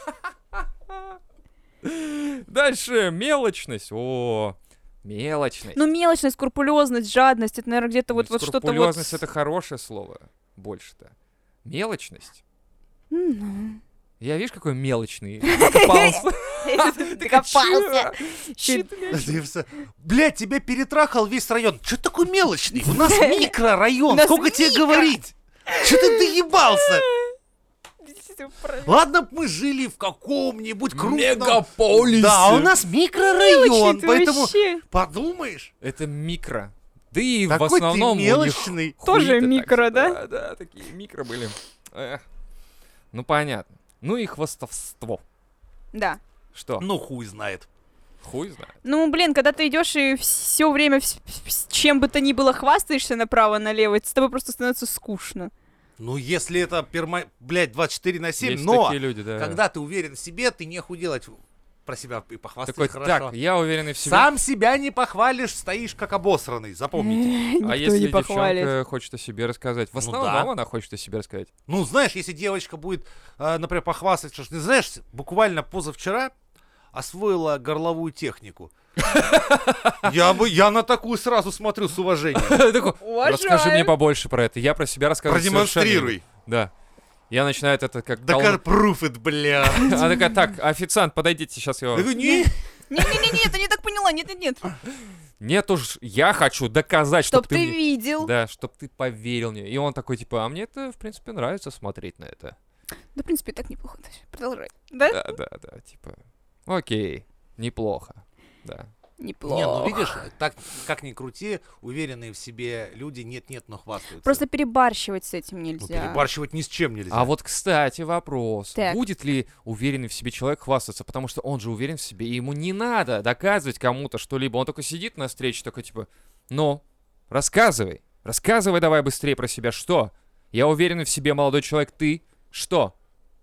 Дальше, мелочность. Мелочность. Ну, мелочность, скрупулезность, жадность, это, наверное, где-то вот что-то вот... Скрупулезность — это хорошее слово. Больше-то. Мелочность. Я, видишь, какой мелочный. Докопался. Докопался. Блять, тебя перетрахал весь район. Че ты такой мелочный? У нас микрорайон. У нас Сколько тебе микро. говорить? Че ты доебался? Ладно б мы жили в каком-нибудь крупном... Мегаполисе. Да, а у нас микрорайон, Мелочный поэтому вообще. подумаешь. Это микро. Да и в Такой ты основном у них мелочный. Тоже хуи-то так микро, себе. да? Да, такие микро были. Ну, понятно. Ну и хвастовство. Да. Что? Ну хуй знает. Хуй знает. Ну, блин, когда ты идешь и все время чем бы то ни было хвастаешься направо-налево, с тобой просто становится скучно. Ну, если это, блядь, 24/7, Есть но такие люди, да. когда ты уверен в себе, ты нехуй делать про себя и похвастать Такой, хорошо. так, я уверенный в себе. Сам себя не похвалишь, стоишь как обосранный, запомните. Никто А если не похвалит. девчонка хочет о себе рассказать? В основном да. она хочет о себе рассказать. Ну, знаешь, если девочка будет, например, похвастать, что, знаешь, буквально позавчера освоила горловую технику. Я на такую сразу смотрю с уважением. Такой, расскажи мне побольше про это. Я про себя рассказываю совершенно не Продемонстрируй. буду. Да. Я начинаю это как... Да proof it, бля. Она такая, так, официант, подойдите, сейчас я... Я говорю, не. Не-не-не, это не так поняла, нет. Нет уж, я хочу доказать, Чтоб чтобы ты мне... видел. Да, чтоб ты поверил мне. И он такой, типа, а мне это, в принципе, нравится смотреть на это. Да, в принципе, так неплохо. Продолжай. Да? Да, типа, окей, неплохо, да. Неплохо. Не, ну видишь, так как ни крути, уверенные в себе люди нет-нет, но хвастаются. Просто перебарщивать с этим Ну, нельзя. перебарщивать ни с чем нельзя. А вот, кстати, вопрос. Так. Будет ли уверенный в себе человек хвастаться? Потому что он же уверен в себе, и ему не надо доказывать кому-то что-либо. Он только сидит на встрече, такой, типа, ну, рассказывай давай быстрее про себя. Что? Я уверенный в себе, молодой человек, ты что?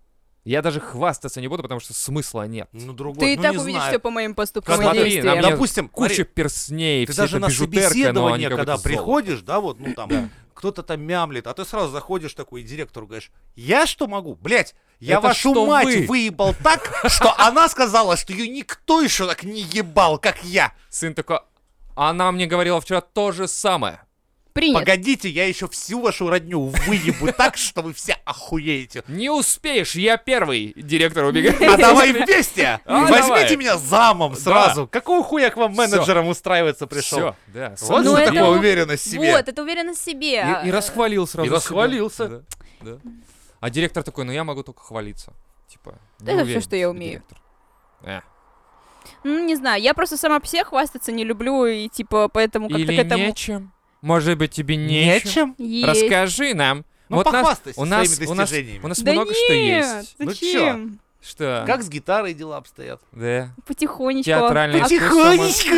Я даже хвастаться не буду, потому что смысла нет. Ну, другой, Ты и ну, так не увидишь знаю. все по моим поступкам и Смотри, действиям. на мне Допустим, Куча смотри, персней, ты все даже это на бижутерка, но они собеседование, как когда будто золото. приходишь, да, вот, ну там, кто-то там мямлит, а ты сразу заходишь такой, и директору говоришь, я что могу? Блять, я Это вашу что мать вы? выебал так, что она сказала, что ее никто еще так не ебал, как я. Сын такой, она мне говорила вчера то же самое. Принят. Погодите, я еще всю вашу родню выебу так, что вы все охуеете. Не успеешь, я первый. Директор убегает. А давай вместе! А, Возьмите давай. меня замом сразу. Какого хуя к вам Всё. менеджером устраиваться пришел? Все, да. Вот Ну, за это такая у- уверенность в себе. Вот, это уверенность в себе. И расхвалил сразу И себя. расхвалился. Да, да. А директор такой, ну я могу только хвалиться. Типа, не Это уверен всё, что в я себе умею. директор. Ну, не знаю, я просто сама по себе хвастаться не люблю, и типа поэтому как-то Или к этому нечем? Может быть, тебе нечем? Нечем? есть. Расскажи нам. Ну, Вот нас- похвастайся у нас, своими у нас, достижениями. у нас Да много что нет, есть. Ну зачем? Что? Как с гитарой дела обстоят? Да. Потихонечку. Театральное А- искусство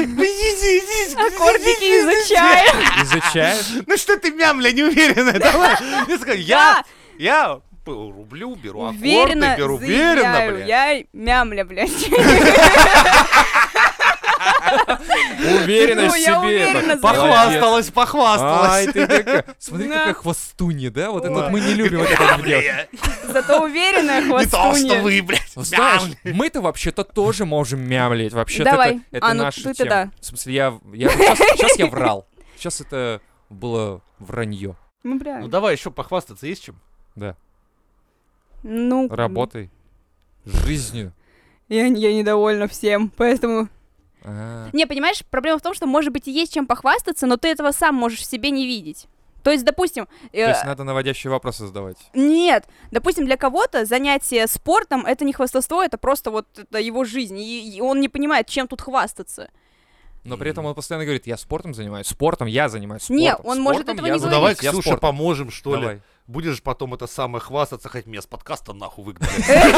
Аккордики изучаем. изучаешь? Ну что ты, мямля, неуверенная, давай. Я скажу, я рублю, беру аккорды, Уверенно беру уверенно, заявляю, блядь. я мямля, блядь. Уверенность Ну, в я себе. уверенно это. Похвасталась, Ай, похвасталась. ты такая. Смотри, Да. какая хвастунья, да? Вот это Ой. вот мы не любим вот это вот делать. Мямля. Зато уверенная Не то, что хвастунья. вы, блядь, Ну, знаешь, мямля. мы-то вообще-то тоже можем мямлить. Вообще-то Давай. это А, ну наша ты-то тема. да. В смысле, сейчас я врал. Сейчас это было вранье. Ну, бля. Ну давай еще похвастаться есть чем? Да. Ну, Работой. Жизнью. я недовольна всем, поэтому... А. Не, понимаешь, проблема в том, что, может быть, и есть чем похвастаться, но ты этого сам можешь в себе не видеть. То есть, допустим... То есть надо наводящие вопросы задавать. Нет, допустим, для кого-то занятие спортом — это не хвастовство, это просто вот это его жизнь, и он не понимает, чем тут хвастаться. Но при этом он постоянно говорит, я спортом занимаюсь, спортом я занимаюсь, Не, спортом. он может спортом этого я не Ну говорить. давай, я Ксюша, спортом. поможем, что ли? Давай. Будешь потом это самое хвастаться, хоть меня с подкаста нахуй выгнали.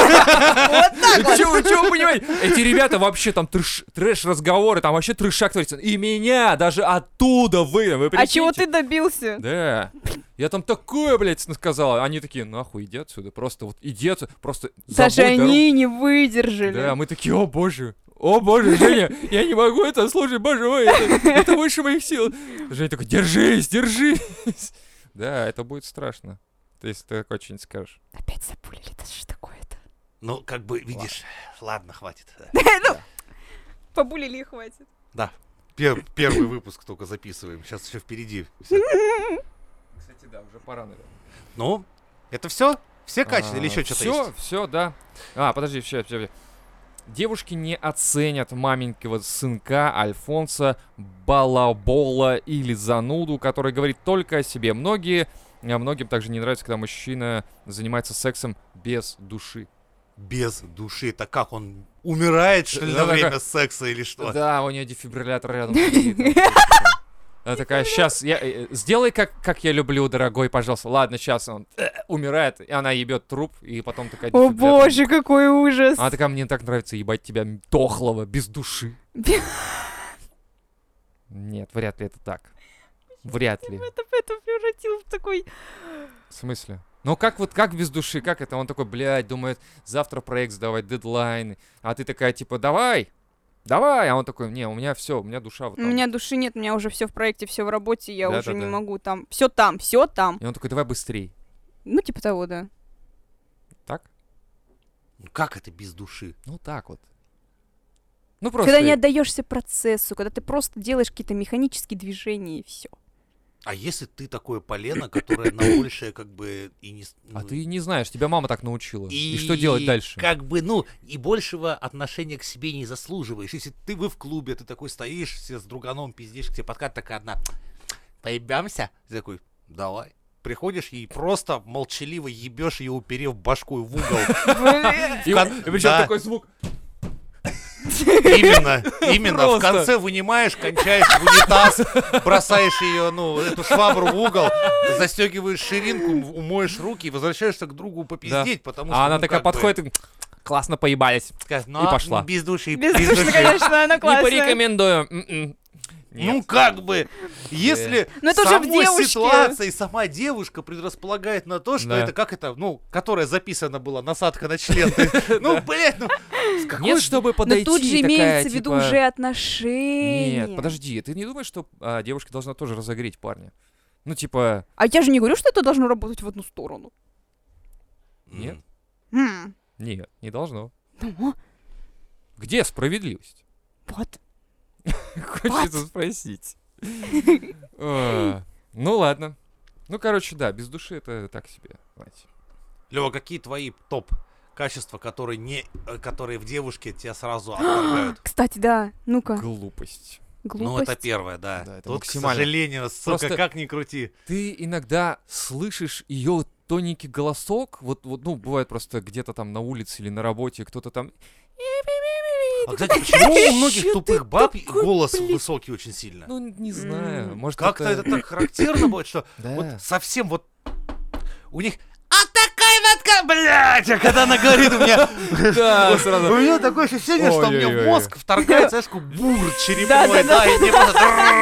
Чего вы понимаете? Эти ребята вообще там трэш-разговоры, там вообще трешак творится. И меня даже оттуда вы А чего прикиньте? ты добился? Да. Я там такое, блядь, сказал. Они такие, нахуй, иди отсюда. Просто вот иди отсюда. Просто Даже забудь дорогу. они не выдержали. Да, мы такие, о боже. О боже, Женя, я не могу это слушать, боже мой, это выше моих сил. Женя такой, держись, держись. Да, это будет страшно. То есть ты такое что-нибудь скажешь. Опять запулили, это что такое-то? Ну, как бы, видишь, ладно, хватит. Побулили и хватит. Да, первый выпуск только записываем, сейчас еще впереди. всё. Кстати, да, уже пора, наверное. Ну, это все? Все качества или еще что-то есть? Все, да. Подожди, все. Девушки не оценят маменького сынка Альфонса балабола или зануду, который говорит только о себе. Многим также не нравится, когда мужчина занимается сексом без души. Без души. Это как, он умирает, что ли, Да, на время такая- секса или что? Да, у нее дефибриллятор рядом стоит. Она такая, сейчас, сделай как я люблю, дорогой, пожалуйста. Ладно, сейчас он умирает, и она ебет труп, и потом такая О дефибриллятор. боже, какой ужас. Она такая, мне так нравится ебать тебя дохлого, без души. Нет, вряд ли это так. Вряд ли. Это превратил в такой... В смысле? Ну как вот, как без души, как это? Он такой, блядь, думает, завтра проект сдавать, дедлайн. А ты такая, типа, давай. А он такой, не, у меня все, у меня душа вот У там. меня души нет, у меня уже все в проекте, все в работе, я уже не Да-да-да. могу там. Все там, все там. И он такой, давай быстрей. Ну, типа того, да. Так? Ну, как это без души? Ну так вот. Ну просто... Когда не отдаешься процессу, когда ты просто делаешь какие-то механические движения и все. А если ты такое полено, которое на большее как бы и не... А ну, ты не знаешь, тебя мама так научила. И что делать дальше? Как бы, ну, и большего отношения к себе не заслуживаешь. Если вы в клубе, ты такой стоишь, все с друганом пиздишь, к тебе подкат такая одна, поебемся? Ты такой, давай. Приходишь и просто молчаливо ебешь ее, уперев башку в угол. И причем Да. такой звук. Именно. В Просто. конце вынимаешь, кончаешь в унитаз, бросаешь ее, ну, эту швабру в угол, застегиваешь ширинку, умоешь руки и возвращаешься к другу попиздеть, потому что... А она ну, такая как бы, подходит и классно поебались. скажет, и пошла. Без души. Бездушно, конечно, она Не классная. порекомендую. М-м. Ну, Нет. как бы, если Ну, это уже в самой девушке. ситуации сама девушка предрасполагает на то, что Да. это, как это, ну, которая записана была, насадка на член. Ну, блядь, ну, с какой Нет, чтобы подойти Но тут же такая, имеется в виду типа, уже отношения. Нет, подожди, ты не думаешь, что девушка должна тоже разогреть парня? Ну, типа, А я же не говорю, что это должно работать в одну сторону. нет? М, Нет, не должно. Ну, Где справедливость? вот. Хочется спросить. Ну, ладно. Ну, короче, да, без души это так себе, мать. Лёва, какие твои топ-качества, которые в девушке тебя сразу отторгают? Кстати, да. Ну-ка, Глупость. глупость. Ну, это первое, да. Да, это Тут, к максимально. сожалению, сука, Просто- как ни крути. Ты иногда слышишь ее тоненький голосок, вот, ну, бывает просто где-то там на улице или на работе кто-то там... А, кстати, почему у многих «Чё ты тупых баб такой, голос блин?» высокий очень сильно? Ну, не знаю, может, Как-то это так характерно будет, что Да. вот совсем вот у них... А такая матка, блядь! А когда она говорит, у меня... Да, У сразу. меня такое ощущение, что мне в Ой-ой-ой. мозг вторгается, знаешь, такой бур черепной, да, и мне просто...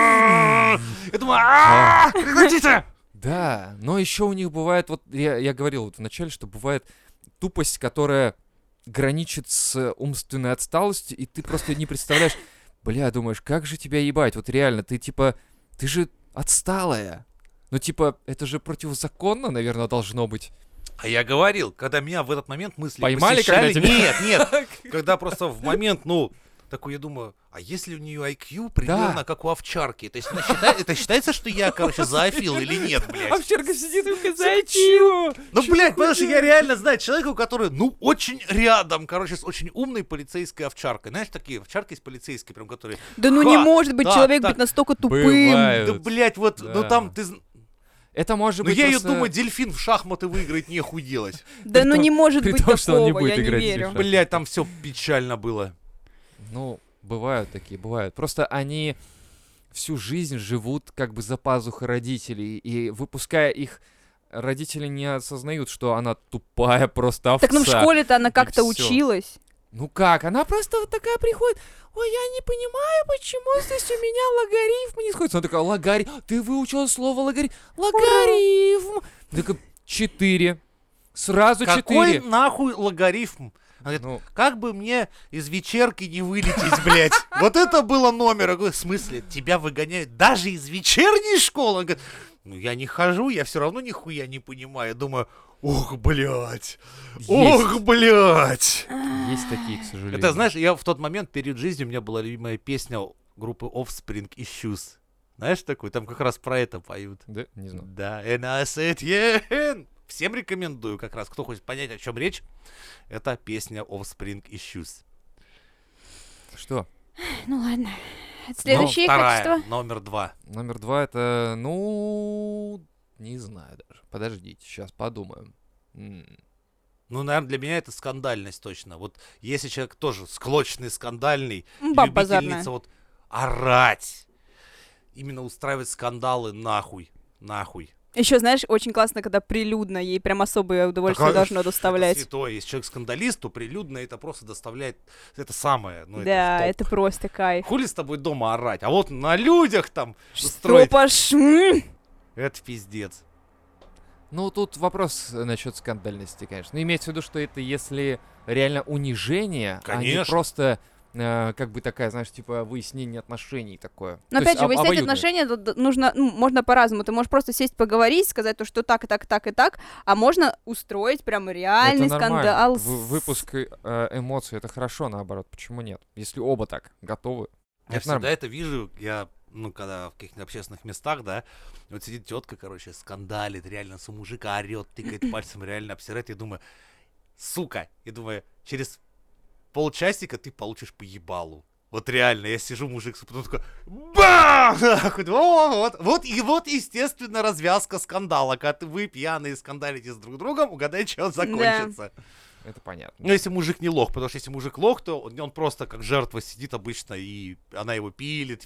Я думаю, прекратите! Да, но еще у них бывает, вот я говорил вот вначале, что бывает тупость, которая граничит с умственной отсталостью, и ты просто не представляешь, бля, думаешь, как же тебя ебать, вот реально, ты типа, ты же отсталая. Ну типа, это же противозаконно, наверное, должно быть. А я говорил, когда меня в этот момент мысли Поймали, посещали... когда тебя- Нет, когда просто в момент, ну, такой я думаю, а если у нее IQ примерно Да. как у овчарки? То есть это считается, что я, короче, зоофил или нет, блядь? Овчарка сидит и зачем? Ну, блядь, потому что я реально знаю человека, который, ну, очень рядом, короче, с очень умной полицейской овчаркой. Знаешь, такие овчарки есть полицейские, прям, которые... Да ну не Ха, может быть да, человек так. быть настолько тупым. Бывает. Да, блядь, вот, ну Да. там ты... Это может Ну, быть я ее просто- думаю, дельфин в шахматы выиграет, нехуй делать. Да При ну том- не может при быть том, что он не такого, будет я не играть в верю. дельфина. Блядь, там все печально было. Ну, бывают такие, бывают. Просто они всю жизнь живут как бы за пазухой родителей, и выпуская их, родители не осознают, что она тупая просто овца. Так ну в школе-то она как-то всё. училась. Ну как? Она просто вот такая приходит, ой, я не понимаю, почему здесь у меня логарифм не сходится. Она такая, логарифм, ты выучила слово логарифм. Логарифм. Такая, 4. Сразу 4. Какой нахуй логарифм? Она говорит, Ну, как бы мне из вечерки не вылететь, блядь. Вот это было номер. Я говорю, в смысле, тебя выгоняют даже из вечерней школы? Он говорит, ну я не хожу, я все равно нихуя не понимаю. Я думаю, ох, блядь, ох, блядь. есть такие, к сожалению. Это, знаешь, я в тот момент, перед жизнью, у меня была любимая песня группы Offspring Issues. Знаешь такую? Там как раз про это поют. Да, не знаю. Да, and I said, yeah. Всем рекомендую, как раз, кто хочет понять, о чем речь. Это песня Offspring Issues. Что? Ну ладно. Следующее Вторая, качество. номер 2. Номер 2 это, ну, не знаю даже. Подождите, сейчас подумаем. Ну, наверное, для меня это скандальность точно. Вот если человек тоже склочный, скандальный, Баба базарная. любительница вот орать, именно устраивать скандалы, нахуй, нахуй. Еще, знаешь, очень классно, когда прилюдно, ей прям особое удовольствие Так, должно Это доставлять. святое. Если человек скандалист, то прилюдно это просто доставляет это самое. Ну, Да, это, это просто кайф. Хули с тобой дома орать? А вот на людях там Что устроить. Это пиздец. Ну, тут вопрос насчет скандальности, конечно. Но имеется в виду, что это если реально унижение, а не Конечно. просто как бы такая, знаешь, типа выяснение отношений такое. Но То опять есть же, выяснять обоюдное. отношения тут нужно, можно по-разному. Ты можешь просто сесть поговорить, сказать то, что так и так и так и так, а можно устроить прям реальный Это нормально. скандал. Выпуск эмоций — это хорошо, наоборот. Почему нет? Если оба так готовы. Я Это всегда нормально. это вижу, когда в каких-нибудь общественных местах, да, вот сидит тетка, короче, скандалит, реально с мужика орет, тыкает пальцем, реально обсирает, и думаю, сука, и думаю, через полчасика ты получишь по ебалу. Вот реально, я сижу, мужик, потом такой, бам! Вот, естественно, развязка скандала, когда вы пьяные скандалите с друг другом, угадай, чем он закончится. Это понятно. Ну, если мужик не лох, потому что если мужик лох, то он просто как жертва сидит обычно, и она его пилит.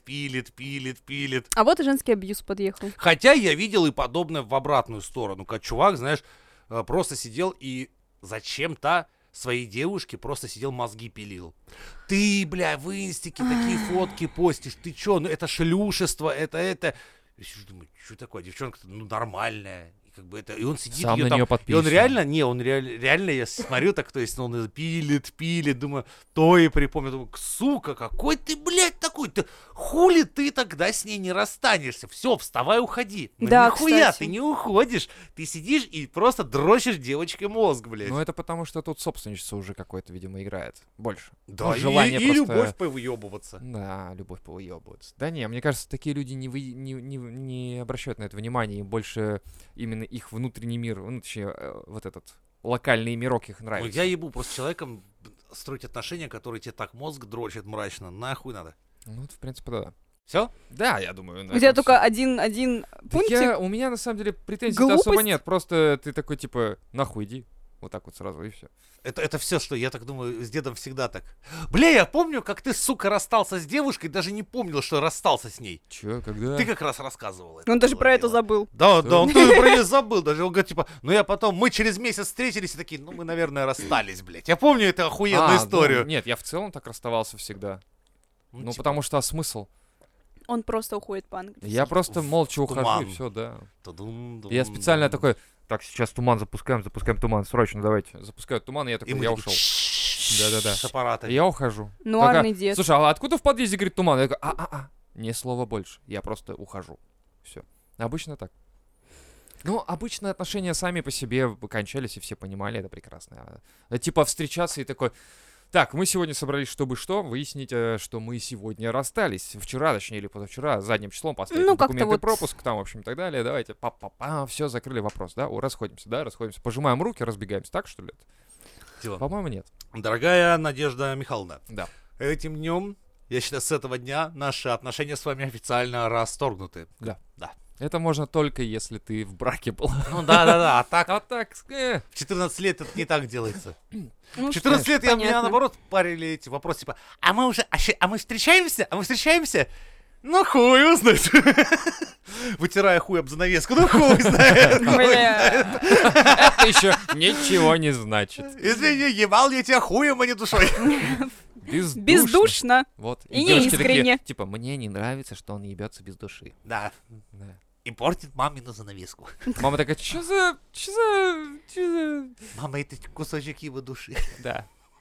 А вот и женский абьюз подъехал. Хотя я видел и подобное в обратную сторону, как чувак, знаешь, просто сидел и зачем-то своей девушке просто сидел мозги пилил. Ты, бля, в инстике такие фотки постишь, ты чё, ну это шлюшество, это. Я сижу, думаю, что такое, девчонка-то, ну, нормальная. Как бы это, и он сидит, Сам её на там, неё и он подписан. реально, я смотрю так, то есть, он пилит, думаю, то и припомню, думаю, сука, какой ты, блядь, такой, ты, хули ты тогда с ней не расстанешься, все, вставай, уходи. Ну, Да, нихуя, кстати. ты не уходишь, ты сидишь и просто дрочишь девочке мозг, блядь. Ну, это потому, что тут собственничество уже какое-то, видимо, играет больше. Да, Ну, и желание просто... любовь повыебываться. Да, любовь повыебывается. Да не, мне кажется, такие люди не обращают на это внимания, им больше именно их внутренний мир, ну, точнее, вот этот локальный мирок их Ну, нравится. я ебу просто с человеком строить отношения, которые тебе так мозг дрочит мрачно, нахуй надо. Ну, вот, в принципе, да. Все? Да, я думаю. на У тебя этом только всё. один пунктик. У меня, на самом деле, претензий-то особо Глупость? нет. Просто ты такой, типа, нахуй иди. Вот так вот сразу, и все. Это все, что я так думаю, с дедом всегда так. Бля, я помню, как ты, сука, расстался с девушкой, даже не помнил, что расстался с ней. Чё, когда? Ты как раз рассказывал это. Он даже было про это дело. забыл. Да, он тоже про это забыл. Даже он говорит, типа, ну я потом, мы через месяц встретились и такие, ну мы, наверное, расстались, блядь. Я помню эту охуенную историю. Ну, нет, я в целом так расставался всегда. Ну, типа, потому что смысл? Он просто уходит по-английски. Я просто молча ухожу, туман. и все, да. тудум-дум-дум. Я специально такой, так, сейчас туман запускаем туман, срочно давайте. Запускают туман, и я И такой, мы я такие, ушел. Да-да-да. С аппарата. Я ухожу. Нуарный Такая, дед. слушай, а откуда в подъезде, говорит, туман? Я говорю, ни слова больше. Я просто ухожу. Все. Обычно так. Ну, обычно отношения сами по себе кончались, и все понимали, это прекрасно. Типа встречаться и такой... Так, мы сегодня собрались, чтобы что? Выяснить, что мы сегодня расстались. Вчера, точнее, или позавчера, задним числом поставить Ну, как-то документы, вот. пропуск, там, в общем, и так далее. Давайте, все, закрыли вопрос, да? Расходимся, да, расходимся. Пожимаем руки, разбегаемся. Так, что ли? Типа, По-моему, нет. дорогая Надежда Михайловна, Да. этим днем, я считаю, с этого дня наши отношения с вами официально расторгнуты. Да. Да. Это можно только, если ты в браке был. Ну да, а так, А так, в 14 лет это не так делается. Ну, В 14 лет меня понятно. наоборот парили эти вопросы, типа, а мы встречаемся? А мы встречаемся? Ну хуй его знает. Вытирая хуй об занавеску, ну хуй знает. Бля. это еще ничего не значит. Извини, ебал я тебя хуем, а не душой. Бездушно. Бездушно. Вот. И девушки неискренне. такие, типа, мне не нравится, что он ебется без души. Да. Да. И портит мамину занавеску. Мама такая, что за... Мама, это кусочек его души. Да.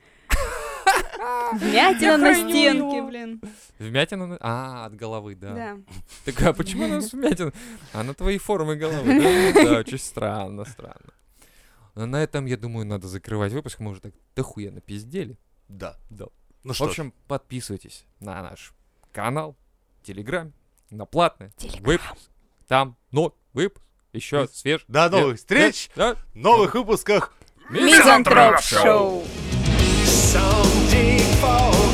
Вмятина на храню стенке, его. блин. Вмятина от головы, да. Да. Так, а почему у нас вмятина? А на твоей формы головы. Да, очень странно. Но на этом, я думаю, надо закрывать выпуск. Мы уже так дохуя напиздели. Да. Да. Ну В что ж. общем, подписывайтесь на наш канал, Телеграм, на платный выпуск. Там новый выпуск, еще свеж. До новых встреч, Да. в новых выпусках. Мизантроп Шоу. Some deep fall